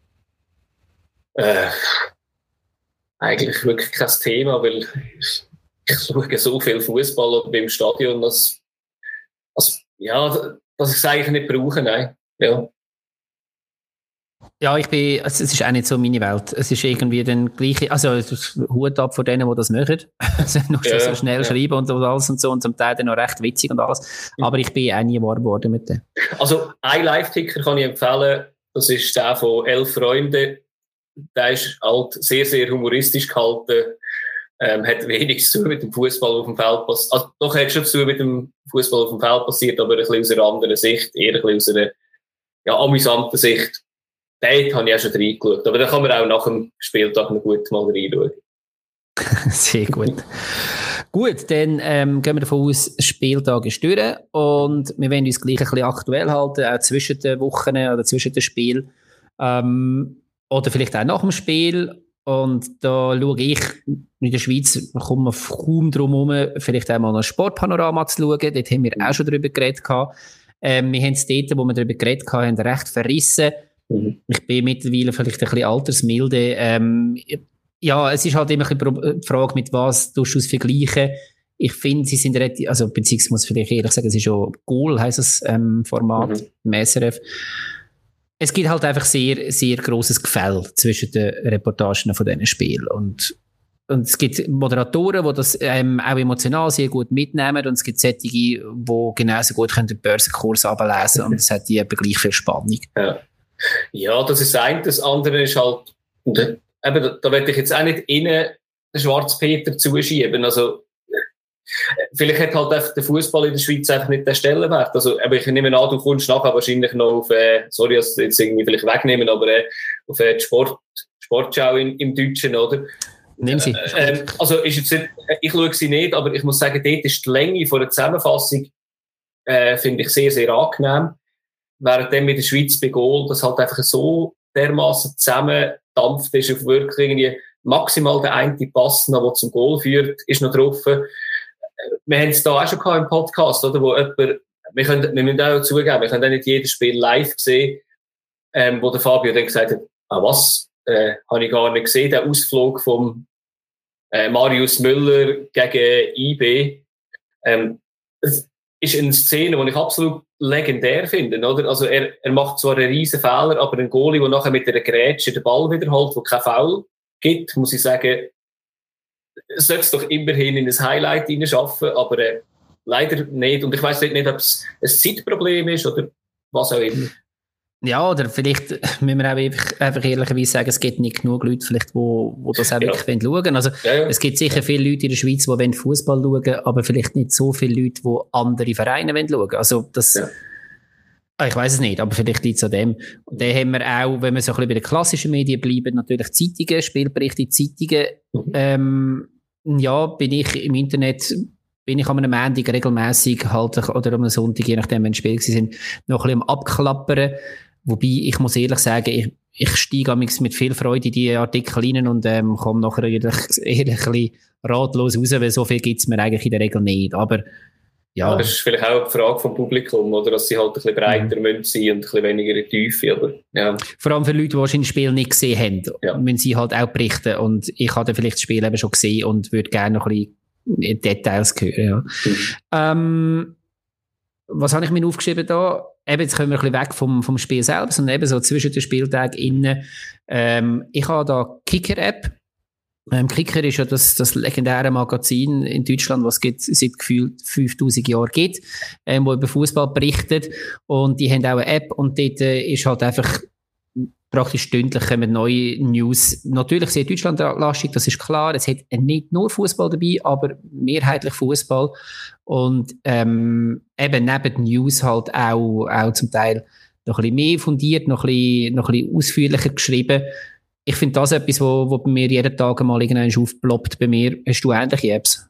Äh, eigentlich wirklich kein Thema, weil ich schaue so viel Fußball beim Stadion, dass, dass, ja, dass ich es eigentlich nicht brauche, nein. Ja. Ja, ich bin, also es ist auch nicht so meine Welt. Es ist irgendwie dann gleiche, also Hut ab von denen, die das machen. Also noch ja, so schnell ja. schreiben und alles und so und zum Teil dann noch recht witzig und alles. Aber ich bin auch nie warm geworden mit dem. Also ein Live-Ticker kann ich empfehlen, das ist der von «Elf Freunde». Der ist halt sehr, sehr humoristisch gehalten. Ähm, hat wenig zu tun mit dem Fußball auf dem Feld passiert. Also, doch hat schon zu tun mit dem Fußball auf dem Feld passiert, aber ein bisschen aus einer anderen Sicht, eher ein bisschen aus einer ja, amüsanten Sicht. Dort habe ich auch schon reingeschaut. Aber da kann man auch nach dem Spieltag noch gut mal reinschauen. Sehr gut. Gut, dann ähm, gehen wir davon aus, der Spieltag ist durch und wir wollen uns gleich ein bisschen aktuell halten, auch zwischen den Wochen oder zwischen den Spielen. Ähm, oder vielleicht auch nach dem Spiel. Und da schaue ich, in der Schweiz kommen wir kaum drum herum, vielleicht auch mal ein Sportpanorama zu schauen. Dort haben wir auch schon darüber geredet. Ähm, wir haben es dort, wo wir darüber geredet haben, recht verrissen. Mhm. Ich bin mittlerweile vielleicht ein bisschen altersmilde. Ähm, ja, es ist halt immer ein bisschen die Frage, mit was tust du es vergleichen. Ich finde, sie sind relativ, also beziehungsweise muss ich vielleicht ehrlich sagen, es ist ja Goal, heisst das ähm, Format mhm. im S R F. Es gibt halt einfach sehr, sehr grosses Gefälle zwischen den Reportagen von diesen Spielen. Und und es gibt Moderatoren, die das ähm, auch emotional sehr gut mitnehmen, und es gibt solche, die genauso gut können den Börsenkurs ablesen können, und es hat die eben gleich viel Spannung. Ja, ja, das ist ein, das andere ist halt, und eben, da, da werde ich jetzt auch nicht innen den Schwarzpeter zuschieben, also vielleicht hat halt einfach der Fußball in der Schweiz einfach nicht den Stellenwert. Also, aber ich nehme an, du kommst nachher wahrscheinlich noch auf, äh, sorry, dass jetzt irgendwie vielleicht wegnehmen, aber äh, auf äh, die Sport, Sportschau im, im Deutschen, oder? Nimm sie. Äh, äh, also ist jetzt nicht, ich schaue sie nicht, aber ich muss sagen, dort ist die Länge von der Zusammenfassung, äh, finde ich sehr, sehr angenehm. Während dann mit der Schweiz bei Goal, das halt einfach so dermaßen zusammendampft ist, auf wirklich irgendwie maximal der eine Pass noch, der zum Goal führt, ist noch drauf. Wir haben es da auch schon gehabt im Podcast, oder, wo jemand, wir können, wir müssen auch zugeben, wir können auch nicht jedes Spiel live sehen, ähm, wo der Fabio dann gesagt hat, ah, was, äh, habe ich gar nicht gesehen, der Ausflug vom, äh, Marius Müller gegen I B, ähm, das ist eine Szene, die ich absolut legendär finde, oder? Also, er, er macht zwar einen riesen Fehler, aber ein Goalie, der nachher mit einer Grätsche den Ball wiederholt, wo kein Foul gibt, muss ich sagen, sollte es doch immerhin in ein Highlight hineinschaffen, aber äh, leider nicht. Und ich weiss nicht, ob es ein Zeitproblem ist oder was auch immer. Ja, oder vielleicht müssen wir auch einfach, einfach ehrlicherweise sagen, es gibt nicht genug Leute, vielleicht, wo, wo das auch ja. wirklich schauen wollen. Also, ja, ja. Es gibt sicher viele Leute in der Schweiz, die Fußball schauen wollen, aber vielleicht nicht so viele Leute, die andere Vereine schauen wollen. Also, das, ja. Ich weiss es nicht, aber vielleicht liegt es an dem. Und dann haben wir auch, wenn wir so ein bisschen bei den klassischen Medien bleiben, natürlich Zeitungen, Spielberichte, Zeitungen. Mhm. Ähm, ja, bin ich im Internet, bin ich am Montag regelmässig halt, oder am Sonntag, je nachdem, wenn Spiele sind, noch ein bisschen am Abklappern. Wobei, ich muss ehrlich sagen, ich, ich steige mit viel Freude in die Artikel rein und ähm, komme nachher ehrlich, ehrlich ein bisschen ratlos raus, weil so viel gibt es mir eigentlich in der Regel nicht. Aber ja. Ja, das ist vielleicht auch eine Frage vom Publikum, oder? Dass sie halt ein bisschen breiter mhm. müssen sein und ein bisschen weniger in die Tiefe, aber, ja. Vor allem für Leute, die wahrscheinlich das Spiel nicht gesehen haben, ja. müssen sie halt auch berichten. Und ich habe vielleicht das Spiel eben schon gesehen und würde gerne noch ein bisschen Details hören, ja. Mhm. Ähm, was habe ich mir aufgeschrieben da? Eben, jetzt kommen wir ein bisschen weg vom, vom Spiel selbst und eben so zwischen den Spieltagen innen. Ähm, ich habe da Kicker-App. Ähm, Kicker ist ja das, das legendäre Magazin in Deutschland, was es seit gefühlt fünftausend Jahren gibt, ähm, wo über Fußball berichtet. Und die haben auch eine App und dort äh, ist halt einfach praktisch stündlich kommen neue News. Natürlich sehr deutschlandlastig, das ist klar. Es hat nicht nur Fußball dabei, aber mehrheitlich Fußball. Und ähm, eben neben News halt auch, auch zum Teil noch ein bisschen mehr fundiert, noch ein bisschen, noch ein bisschen ausführlicher geschrieben. Ich finde das etwas, wo, wo bei mir jeden Tag mal irgendwann aufploppt. Bei mir hast du ähnliche Apps?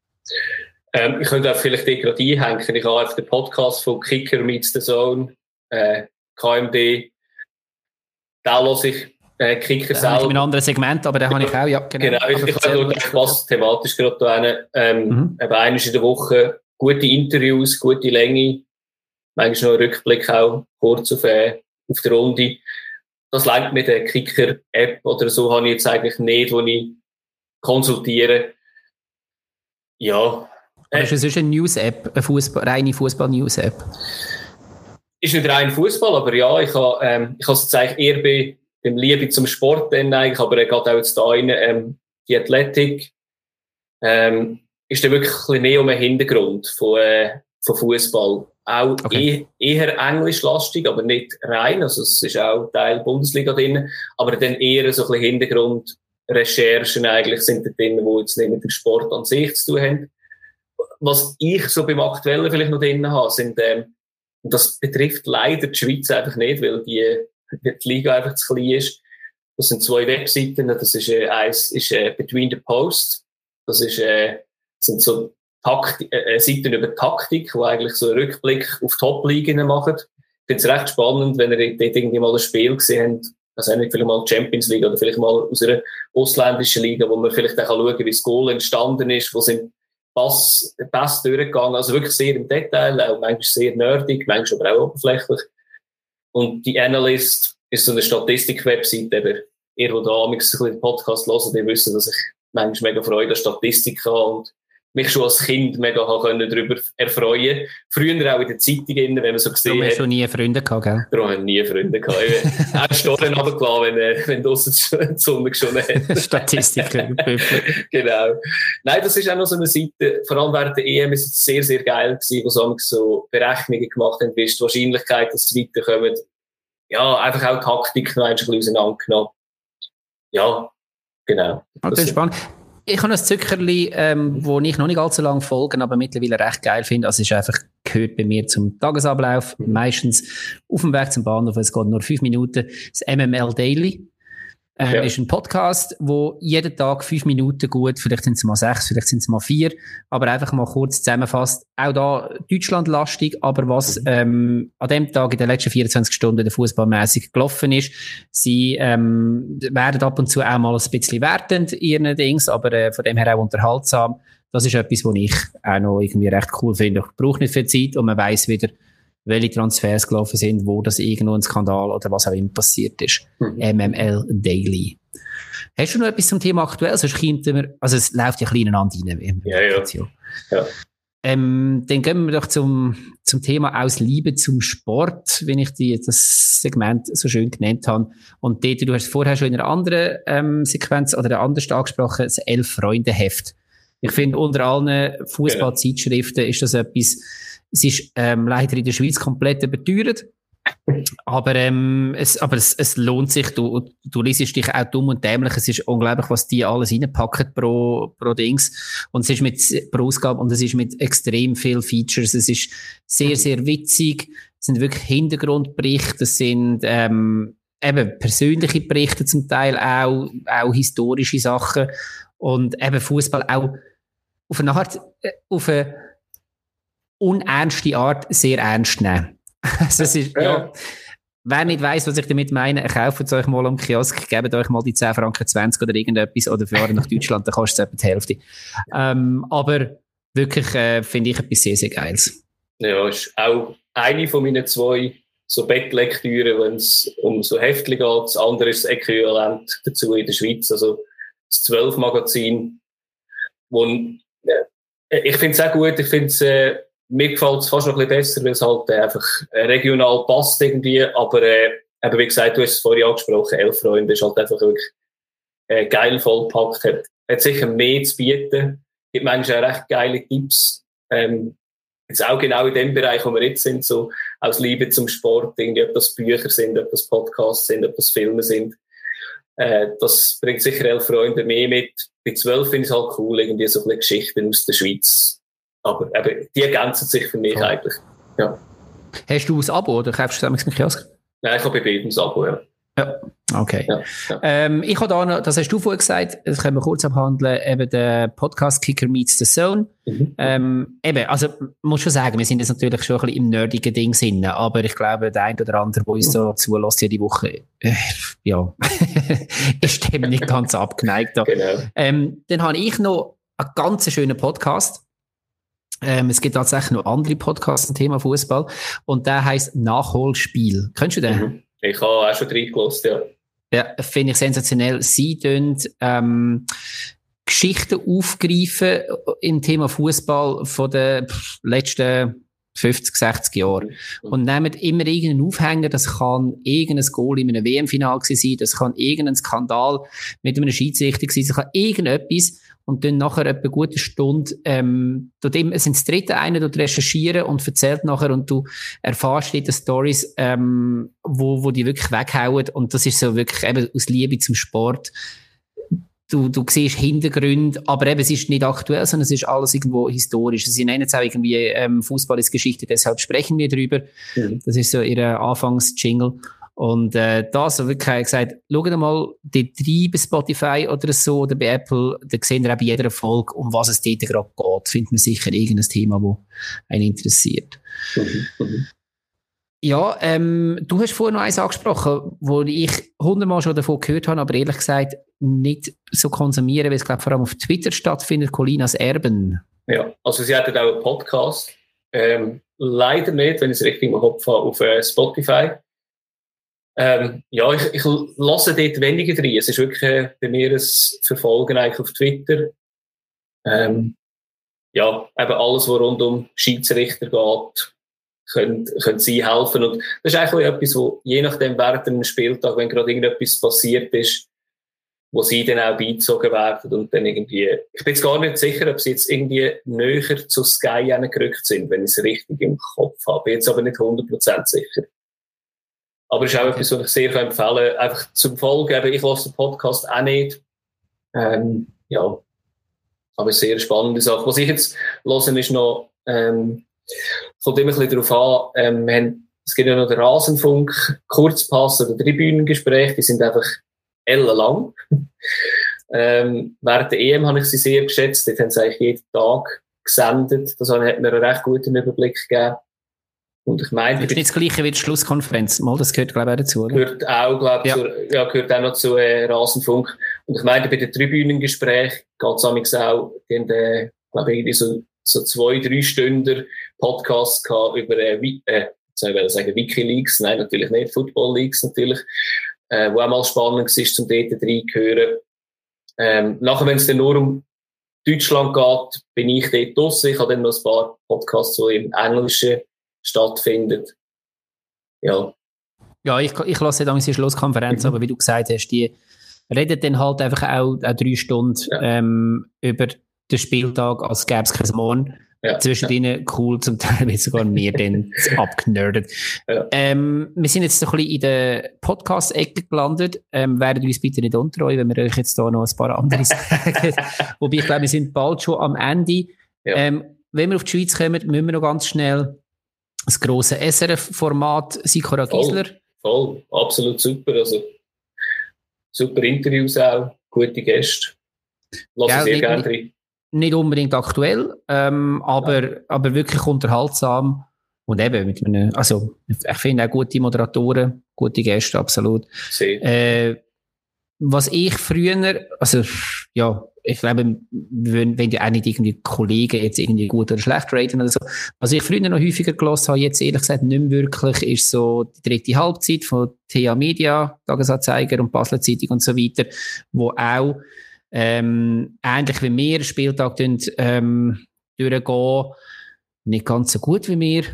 Ähm, ich könnte auch vielleicht die gerade einhängen. Ich habe einfach den Podcast von Kicker Meets the Zone, äh, K M D. Da höre ich äh, Kicker selber. Ich bin ein anderes Segment, aber den habe ich auch, ja. Genau, genau ich, ich habe nur gedacht, was thematisch gerade da hin. Ähm, mhm. Eben einmal in der Woche gute Interviews, gute Länge, manchmal noch ein Rückblick auch, kurz auf, äh, auf die Runde. Das lenkt mit der Kicker-App oder so, habe ich jetzt eigentlich nicht, wo ich konsultiere. Ja. Äh, ist es eine News-App, eine Fußball, reine Fußball-News-App? Ist nicht rein Fußball, aber ja, ich habe ähm, ich habe es eigentlich eher bei, beim Liebe zum Sport dann eigentlich, aber er geht auch jetzt da rein, ähm, die Athletik, ähm, ist dann wirklich ein bisschen mehr um den Hintergrund von, äh, von Fußball. Auch okay. eh, eher englischlastig, aber nicht rein, also es ist auch Teil Bundesliga drin, aber dann eher so ein bisschen Hintergrundrecherchen eigentlich sind da drin, die jetzt nicht mit dem Sport an sich zu tun haben. Was ich so beim Aktuellen vielleicht noch drin habe, sind, ähm, und das betrifft leider die Schweiz einfach nicht, weil die, die Liga einfach zu klein ist. Das sind zwei Webseiten. Das ist, äh, eins ist äh, Between the Posts. Das ist, äh, sind so Takti- äh, Seiten über Taktik, die eigentlich so einen Rückblick auf Top-Ligen machen. Ich finde es recht spannend, wenn ihr dort irgendwie mal ein Spiel gesehen habt, also nicht vielleicht mal die Champions League oder vielleicht mal aus einer ausländischen Liga, wo man vielleicht auch schauen kann, wie das Goal entstanden ist, wo sind Pass, Pass durchgegangen, also wirklich sehr im Detail, auch manchmal sehr nerdig, manchmal aber auch oberflächlich. Und die Analyst ist so eine Statistik-Webseite, eben, ihr, die da amigs ein bisschen den Podcast hören, die wissen, dass ich manchmal mega Freude an Statistik habe und mich schon als Kind mega darüber erfreuen. Früher auch in den Zeitungen, wenn man so gesehen hat. Du hast schon nie Freunde gehabt, gell? Du hast nie Freunde gehabt. Ich habe Storren runtergelassen, wenn, wenn draussen die Sonne geschonen hat. Statistiker. Genau. Nein, das ist auch noch so eine Seite, vor allem während der E M ist es sehr, sehr geil gewesen, wo sie so Berechnungen gemacht haben, wie ist die Wahrscheinlichkeit, dass sie weiterkommen. Ja, einfach auch Taktik noch ein bisschen auseinandergenommen. Ja, genau. Oh, das ist spannend. Ich habe ein Zuckerli, ähm, wo ich noch nicht allzu lange folge, aber mittlerweile recht geil finde. Also es ist einfach, gehört bei mir zum Tagesablauf. Mhm. Meistens auf dem Weg zum Bahnhof, es geht nur fünf Minuten. Das M M L Daily. Ähm, ja. Ist ein Podcast, wo jeden Tag fünf Minuten gut, vielleicht sind es mal sechs, vielleicht sind es mal vier, aber einfach mal kurz zusammenfasst. Auch da Deutschlandlastig, aber was mhm. ähm, an dem Tag in den letzten vierundzwanzig Stunden der fußballmäßig gelaufen ist. Sie ähm, werden ab und zu auch mal ein bisschen wertend, ihren Dings, aber äh, von dem her auch unterhaltsam. Das ist etwas, was ich auch noch irgendwie recht cool finde. Ich brauche nicht viel Zeit und man weiss wieder, welche Transfers gelaufen sind, wo das irgendwo ein Skandal oder was auch immer passiert ist. Mhm. M M L Daily. Hast du noch etwas zum Thema aktuell? Sonst kommt wir, also es läuft ja klein aneinander rein. Ja, ja. ja. Ähm, dann gehen wir doch zum, zum Thema aus Liebe zum Sport, wenn ich die, das Segment so schön genannt habe. Und dort, du hast vorher schon in einer anderen ähm, Sequenz oder anders angesprochen, das Elf-Freunde-Heft. Ich finde, unter allen Fußballzeitschriften ist das etwas. Es ist ähm, leider in der Schweiz komplett überteuert. Aber, ähm, es, aber es, es lohnt sich. Du, du liest dich auch dumm und dämlich. Es ist unglaublich, was die alles reinpacken pro, pro Dings. Und es ist mit, pro Ausgabe, und es ist mit extrem viel Features. Es ist sehr, sehr witzig. Es sind wirklich Hintergrundberichte. Es sind, ähm, eben persönliche Berichte zum Teil auch, auch historische Sachen. Und eben Fußball auch auf eine Art, auf eine unernste Art sehr ernst nehmen. Also es ist, ja, wer nicht weiss, was ich damit meine, kauft es euch mal am Kiosk, gebt euch mal die zehn Franken zwanzig oder irgendetwas oder fahren nach Deutschland, dann kostet es etwa die Hälfte. Ähm, aber wirklich äh, finde ich etwas sehr, sehr Geiles. Ja, ist auch eine von meinen zwei so Bettlektüren, wenn es um so Heftchen geht. Das andere ist das Äquivalent dazu in der Schweiz, also das zwölf-Magazin. Wo, äh, ich finde es auch gut, ich finde es äh, mir gefällt es fast noch ein bisschen besser, weil es halt äh, einfach äh, regional passt irgendwie, aber äh, eben wie gesagt, du hast es vorhin angesprochen, Elf Freunde ist halt einfach wirklich äh, geil vollgepackt, hat, hat sicher mehr zu bieten, gibt manchmal auch recht geile Tipps, ähm, jetzt auch genau in dem Bereich, wo wir jetzt sind, so aus Liebe zum Sport, irgendwie, ob das Bücher sind, ob das Podcasts sind, ob das Filme sind, äh, das bringt sicher Elf Freunde mehr mit. Bei zwölf finde ich es halt cool, irgendwie so ein bisschen Geschichten aus der Schweiz. Aber eben, die ergänzen sich für mich oh. eigentlich. Ja. Hast du ein Abo oder kaufst du das im Kiosk? Nein, ich habe bei beiden ein Abo, ja. Ja, okay. Ja, ja. Ähm, ich habe da noch, das hast du vorhin gesagt, das können wir kurz abhandeln, eben der Podcast Kicker Meets the Zone. Mhm. Ähm, eben, also, muss schon sagen, wir sind jetzt natürlich schon ein bisschen im nerdigen Ding drin, aber ich glaube, der ein oder andere, der uns so mhm. zulässt, ja, die Woche, äh, ja, ist dem nicht ganz abgeneigt. Genau. Ähm, dann habe ich noch einen ganz schönen Podcast. Ähm, es gibt tatsächlich noch andere Podcasts zum Thema Fußball und der heisst Nachholspiel. Kennst du den? Mhm. Ich habe auch schon reingelassen, ja. Ja, finde ich sensationell. Sie tun ähm, Geschichten aufgreifen im Thema Fußball von den letzten fünfzig, sechzig Jahren. Mhm. Und nehmen immer irgendeinen Aufhänger, das kann irgendein Goal in einem W M-Final sein, das kann irgendein Skandal mit einem Schiedsrichter sein, das kann irgendetwas. Und dann nachher etwa eine gute Stunde, ähm, dort immer, es sind das dritte eine, dort recherchieren und erzählt nachher und du erfährst in den Stories, ähm, wo, wo die wirklich weghauen. Und das ist so wirklich eben aus Liebe zum Sport. Du, du siehst Hintergründe, aber eben, es ist nicht aktuell, sondern es ist alles irgendwo historisch. Sie nennen es auch irgendwie, ähm, Fußball ist Geschichte, deshalb sprechen wir drüber. Mhm. Das ist so ihr Anfangs-Jingle. Und äh, da so wirklich gesagt, schaut mal die drei bei Spotify oder so oder bei Apple, da sehen wir auch bei jeder Folge, um was es dort gerade geht. Findet man sicher irgendein Thema, das einen interessiert. Mhm. Mhm. Ja, ähm, du hast vorhin noch eins angesprochen, wo ich hundertmal schon davon gehört habe, aber ehrlich gesagt nicht so konsumieren, weil es glaube vor allem auf Twitter stattfindet, Colinas Erben. Ja, also sie hatten auch einen Podcast. Ähm, leider nicht, wenn ich es richtig im Kopf habe, auf äh, Spotify. Ähm, ja, ich, ich lasse dort weniger drin. Es ist wirklich äh, bei mir ein Verfolgen eigentlich auf Twitter. Ähm, ja, eben alles, was rund um Schiedsrichter geht, können, können sie helfen. Und das ist eigentlich etwas, wo je nachdem während einem Spieltag, wenn gerade irgendetwas passiert ist, wo sie dann auch beizogen werden und dann irgendwie, ich bin jetzt gar nicht sicher, ob sie jetzt irgendwie näher zu Sky gerückt sind, wenn ich es richtig im Kopf habe. Bin jetzt aber nicht hundert Prozent sicher. Aber es ist auch etwas, was ich sehr empfehlen kann, einfach zum Folgen. Ich lasse den Podcast auch nicht. Ähm, ja. Aber es ist eine sehr spannende Sache. Was ich jetzt höre, ist noch, ähm, kommt immer ein bisschen darauf an, ähm, wir haben, es gibt ja noch den Rasenfunk, Kurzpass oder Tribünengespräche, die sind einfach ellenlang. ähm, während der E M habe ich sie sehr geschätzt, dort haben sie eigentlich jeden Tag gesendet, das hat mir einen recht guten Überblick gegeben. Und ich meine, das ist nicht das Gleiche wie die Schlusskonferenz. Mal, das gehört, glaube ich, auch dazu, oder? Gehört auch, glaube ich, ja. ja, gehört auch noch zu äh, Rasenfunk. Und ich meine, bei den Tribünengesprächen geht es amigs auch, die haben, äh, glaube ich, irgendwie so, so zwei, drei Stunden Podcast gehabt über, äh, äh, soll ich sagen, Wikileaks, nein, natürlich nicht, Football Leaks natürlich, äh, wo auch mal spannend war, zum dort reinzuhören. Ähm, nachher, wenn es dann nur um Deutschland geht, bin ich dort draussen. Ich habe dann noch ein paar Podcasts, die im Englischen stattfindet. Ja. Ja, ich, ich lasse dann unsere Schlusskonferenz, mhm. aber wie du gesagt hast, die reden dann halt einfach auch, auch drei Stunden ja. ähm, über den Spieltag, als gäbe es kein Morgen. Ja. Zwischen ja. ihnen cool, zum Teil wird sogar mehr dann abgenördet. Ja. Ähm, wir sind jetzt so ein bisschen in der Podcast-Ecke gelandet. Ähm, werdet uns bitte nicht untreuen, wenn wir euch jetzt da noch ein paar andere sagen. Wobei ich glaube, wir sind bald schon am Ende. Ja. Ähm, wenn wir auf die Schweiz kommen, müssen wir noch ganz schnell das grosse S R F-Format Sikora Gisler. Voll, absolut super. Also, super Interviews auch, gute Gäste. Lass ja, sehr gerne rein. Nicht unbedingt aktuell, ähm, aber, ja. aber wirklich unterhaltsam. Und eben mit einem, also, ich finde auch gute Moderatoren, gute Gäste, absolut. Äh, was ich früher, also, ja, ich glaube, wenn, wenn ja auch nicht irgendwie Kollegen jetzt irgendwie gut oder schlecht raten oder so. Was ich früher noch häufiger gehört habe, jetzt ehrlich gesagt nicht mehr wirklich, ist so die dritte Halbzeit von T A Media, Tagesanzeiger und Basler Zeitung und so weiter, wo auch ähm, ähnlich wie wir Spieltag ähm, durchgehen, nicht ganz so gut wie wir.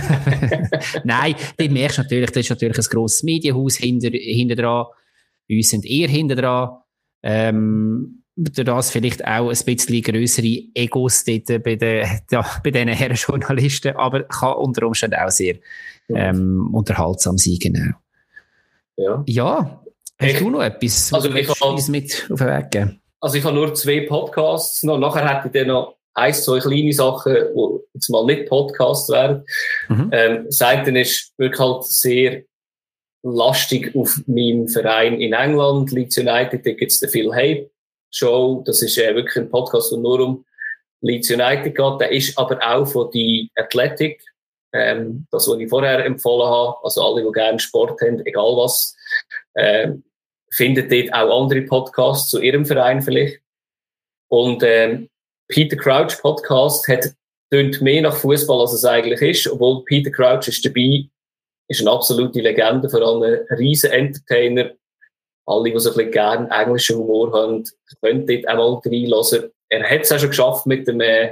Nein, du merkst natürlich, das ist natürlich ein grosses Medienhaus hinter, hinter dran. Uns sind eher hinter dran. Ähm, durch das vielleicht auch ein bisschen grössere Egos dort bei den, ja, bei diesen Herren Journalisten, aber kann unter Umständen auch sehr ähm, unterhaltsam sein, genau. Ja. Ja, hast ich, du noch etwas, also ich kann, uns mit auf den Weg geben? Also ich habe nur zwei Podcasts noch, nachher hätte ich dann noch ein, zwei kleine Sachen, die jetzt mal nicht Podcasts wären. Mhm. Ähm, das eine ist wirklich halt sehr lastig auf meinem Verein in England, Leeds United, da gibt es den Phil Hay Show, das ist äh, wirklich ein Podcast, der nur um Leeds United geht, der ist aber auch von die Athletic, ähm, das, was ich vorher empfohlen habe, also alle, die gerne Sport haben, egal was, ähm, findet dort auch andere Podcasts zu ihrem Verein vielleicht. Und ähm, Peter Crouch Podcast hat tönt mehr nach Fußball, als es eigentlich ist, obwohl Peter Crouch ist dabei, ist eine absolute Legende, vor allem ein riesen Entertainer. Alle, die so ein bisschen gerne englischen Humor haben, können dort auch mal reinhören. Er hat es auch schon geschafft mit dem äh,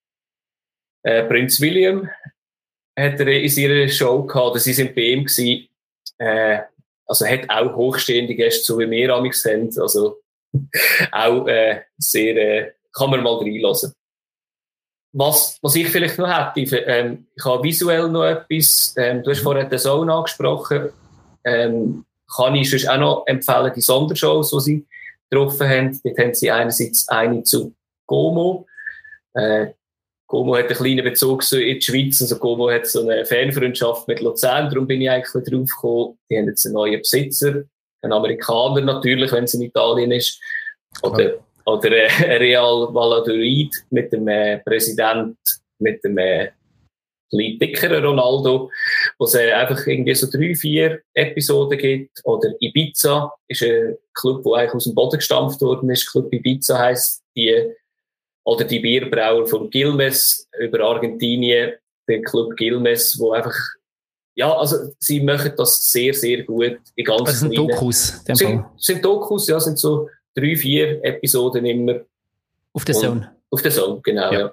äh, Prinz William. Hat er in seiner Show gehabt, das war bei ihm gewesen. Äh, also hat auch hochstehende Gäste, so wie wir amigs haben. Also auch äh, sehr, äh, kann man mal reinhören. Was, was ich vielleicht noch hätte, ähm, ich habe visuell noch etwas, ähm, du hast vorhin den Zone angesprochen, ähm, kann ich sonst auch noch empfehlen, die Sondershows, die sie getroffen haben. Dort haben sie einerseits eine zu Como. Äh, Como hat einen kleinen Bezug in die Schweiz, also Como hat so eine Fanfreundschaft mit Luzern, darum bin ich eigentlich drauf gekommen. Die haben jetzt einen neuen Besitzer, einen Amerikaner natürlich, wenn es in Italien ist, oder, oder äh, Real Valladolid mit dem äh, Präsident, mit dem äh, ein dickeren Ronaldo, wo es äh, einfach irgendwie so drei, vier Episoden gibt. Oder Ibiza ist ein Club, der eigentlich aus dem Boden gestampft worden ist. Club Ibiza heisst die. Oder die Bierbrauer von Quilmes über Argentinien, der Club Quilmes, wo einfach, ja, also sie machen das sehr, sehr gut. In ganz das sind kleinen, Dokus. Sind, sind Dokus, ja, sind so drei, vier Episoden immer. Auf der Zone. Auf der Zone, genau, ja. ja.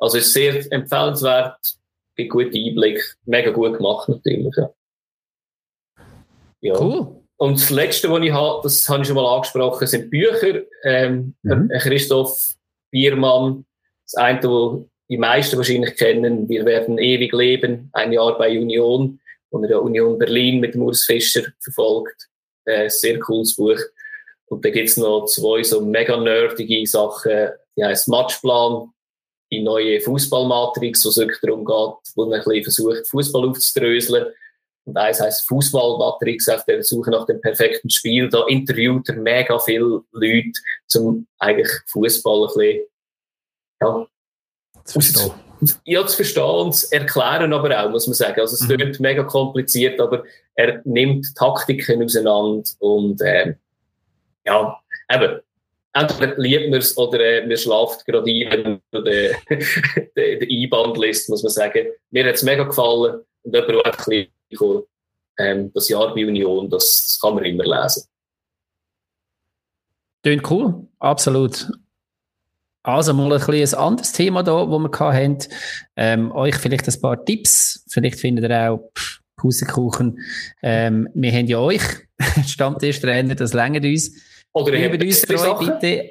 Also ist sehr empfehlenswert, gibt guten Einblick, mega gut gemacht natürlich. Ja. Ja. Cool. Und das Letzte, was ich habe, das habe ich schon mal angesprochen, sind Bücher. Ähm, mhm. Christoph Biermann, das eine, das die meisten wahrscheinlich kennen, Wir werden ewig leben, ein Jahr bei Union, wo er ja Union Berlin mit dem Urs Fischer verfolgt. Äh, sehr cooles Buch. Und da gibt's noch zwei so mega nerdige Sachen, die heisst Matchplan, die neue Fußballmatrix, wo es wirklich darum geht, wo man ein bisschen versucht, Fußball aufzudröseln. Und eins heisst Fußballmatrix, auf der Suche nach dem perfekten Spiel. Da interviewt er mega viele Leute, um eigentlich Fußball ein bisschen, ja, zu verstehen. Ja, zu verstehen und zu erklären aber auch, muss man sagen. Also es klingt mhm. mega kompliziert, aber er nimmt Taktiken auseinander und, ähm, ja, eben, entweder liebt man es oder äh, man schlaft gerade ein, wenn man den, den, den Einband liest, muss man sagen. Mir hat es mega gefallen und jemand auch ein bisschen, ähm, das Jahr bei Union, das, das kann man immer lesen. Klingt cool, absolut. Also mal ein bisschen ein anderes Thema da, wo wir hatten. Ähm, euch vielleicht ein paar Tipps. Vielleicht findet ihr auch pff, Pustekuchen. Ähm, wir haben ja euch, Stammtischtrainer, das längert uns. Oder ihr habt uns treu, bitte.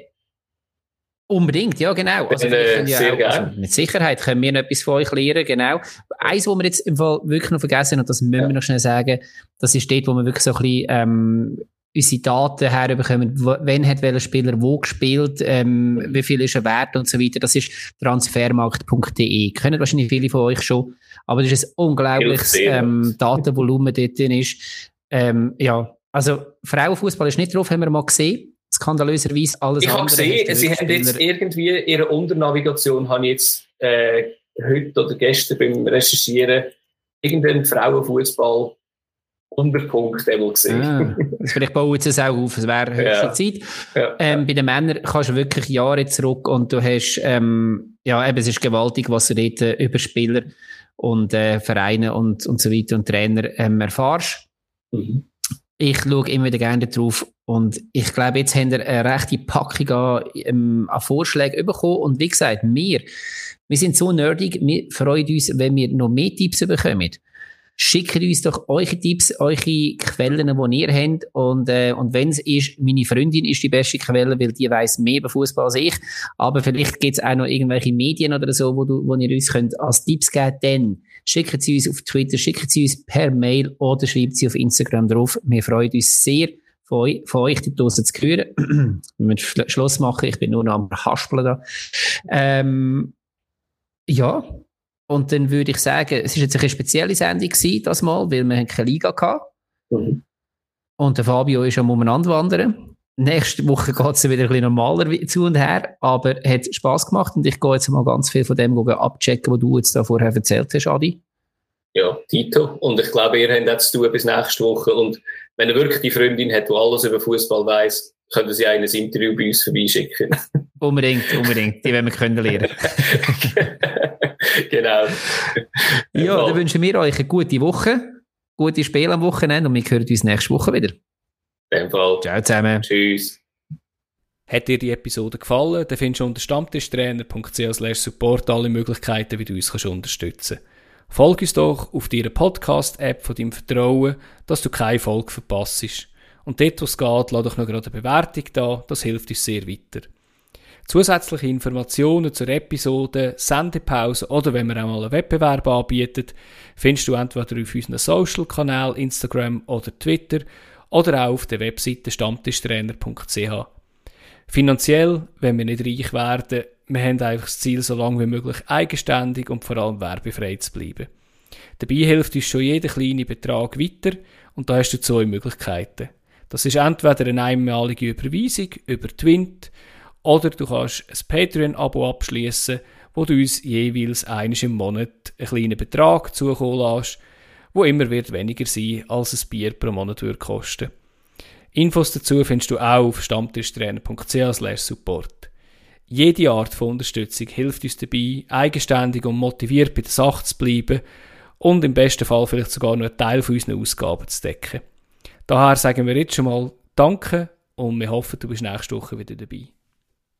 Unbedingt, ja genau. Also, äh, ja sehr auch, gerne. Also, mit Sicherheit können wir noch etwas von euch lernen, genau. Eins, was wir jetzt im Fall wirklich noch vergessen, und das müssen ja. wir noch schnell sagen, das ist dort, wo wir wirklich so ein bisschen ähm, unsere Daten herbekommen, wann hat welcher Spieler wo gespielt, ähm, wie viel ist er wert und so weiter. Das ist transfermarkt punkt de. Kennen wahrscheinlich viele von euch schon, aber das ist ein unglaubliches ähm, Datenvolumen dort drin ist. Ähm, ja, also Frauenfußball ist nicht drauf, haben wir mal gesehen. Skandalöserweise alles ich andere. Ich habe gesehen, sie haben jetzt irgendwie ihre Unternavigation, habe ich jetzt äh, heute oder gestern beim Recherchieren, irgendeinen Frauenfußball Unterpunkt einmal gesehen. Ah, also vielleicht bauen sie es auch auf, es wäre höchste ja. Zeit. Ja. Ähm, bei den Männern kannst du wirklich Jahre zurück und du hast, ähm, ja eben, es ist gewaltig, was du dort äh, über Spieler und äh, Vereine und, und so weiter und Trainer ähm, erfährst. Mhm. Ich schaue immer wieder gerne drauf und ich glaube, jetzt haben wir eine rechte Packung an, ähm, an Vorschlägen bekommen und wie gesagt, wir, wir sind so nerdig, wir freuen uns, wenn wir noch mehr Tipps bekommen. Schickt uns doch eure Tipps, eure Quellen, die ihr habt. Und, äh, und wenn es ist, meine Freundin ist die beste Quelle, weil die weiss mehr über Fußball als ich. Aber vielleicht gibt es auch noch irgendwelche Medien oder so, wo, du, wo ihr uns könnt als Tipps geben könnt. Dann schickt sie uns auf Twitter, schickt sie uns per Mail oder schreibt sie auf Instagram drauf. Wir freuen uns sehr, von euch, von euch dort draussen zu hören. Wir müssen Schluss machen, ich bin nur noch am Haspeln da. Ähm, ja. Und dann würde ich sagen, es war jetzt eine spezielle Sendung gewesen, das Mal, weil wir keine Liga hatten. Mhm. Und der Fabio ist am umeinander wandern. Nächste Woche geht es wieder ein bisschen normaler zu und her, aber es hat Spass gemacht und ich gehe jetzt mal ganz viel von dem abchecken, was du jetzt da vorher erzählt hast, Adi. Ja, Tito. Und ich glaube, ihr habt jetzt zu tun bis nächste Woche. Und wenn ihr wirklich die Freundin hat, die alles über Fußball weiss, könnt ihr sie ein Interview bei uns vorbeischicken. Unbedingt, unbedingt. Die werden wir können lernen. Genau. Ja, dann wünschen wir euch eine gute Woche, gute Spiele am Wochenende und wir hören uns nächste Woche wieder. In dem Fall. Ciao zusammen. Tschüss. Hat dir die Episode gefallen, dann findest du unter stammtischtrainer punkt c h slash support alle Möglichkeiten, wie du uns kannst unterstützen kannst. Folge uns doch auf deiner Podcast-App von deinem Vertrauen, dass du keine Folge verpasst. Und dort, wo es geht, lass doch noch gerade eine Bewertung da, das hilft uns sehr weiter. Zusätzliche Informationen zur Episode, Sendepause oder wenn wir auch mal einen Wettbewerb anbieten, findest du entweder auf unseren Social-Kanälen, Instagram oder Twitter oder auch auf der Webseite stammtischtrainer punkt c h. Finanziell, wenn wir nicht reich werden, wir haben einfach das Ziel, so lange wie möglich eigenständig und vor allem werbefrei zu bleiben. Dabei hilft uns schon jeder kleine Betrag weiter und da hast du zwei Möglichkeiten. Das ist entweder eine einmalige Überweisung über Twint oder du kannst ein Patreon-Abo abschließen, wo du uns jeweils einmal im Monat einen kleinen Betrag zukommen lässt, wo immer wird weniger sein, als ein Bier pro Monat würde kosten. Infos dazu findest du auch auf stammtischtrainer punkt c h slash support. Jede Art von Unterstützung hilft uns dabei, eigenständig und motiviert bei der Sache zu bleiben und im besten Fall vielleicht sogar noch einen Teil von unseren Ausgaben zu decken. Daher sagen wir jetzt schon mal Danke und wir hoffen, du bist nächste Woche wieder dabei.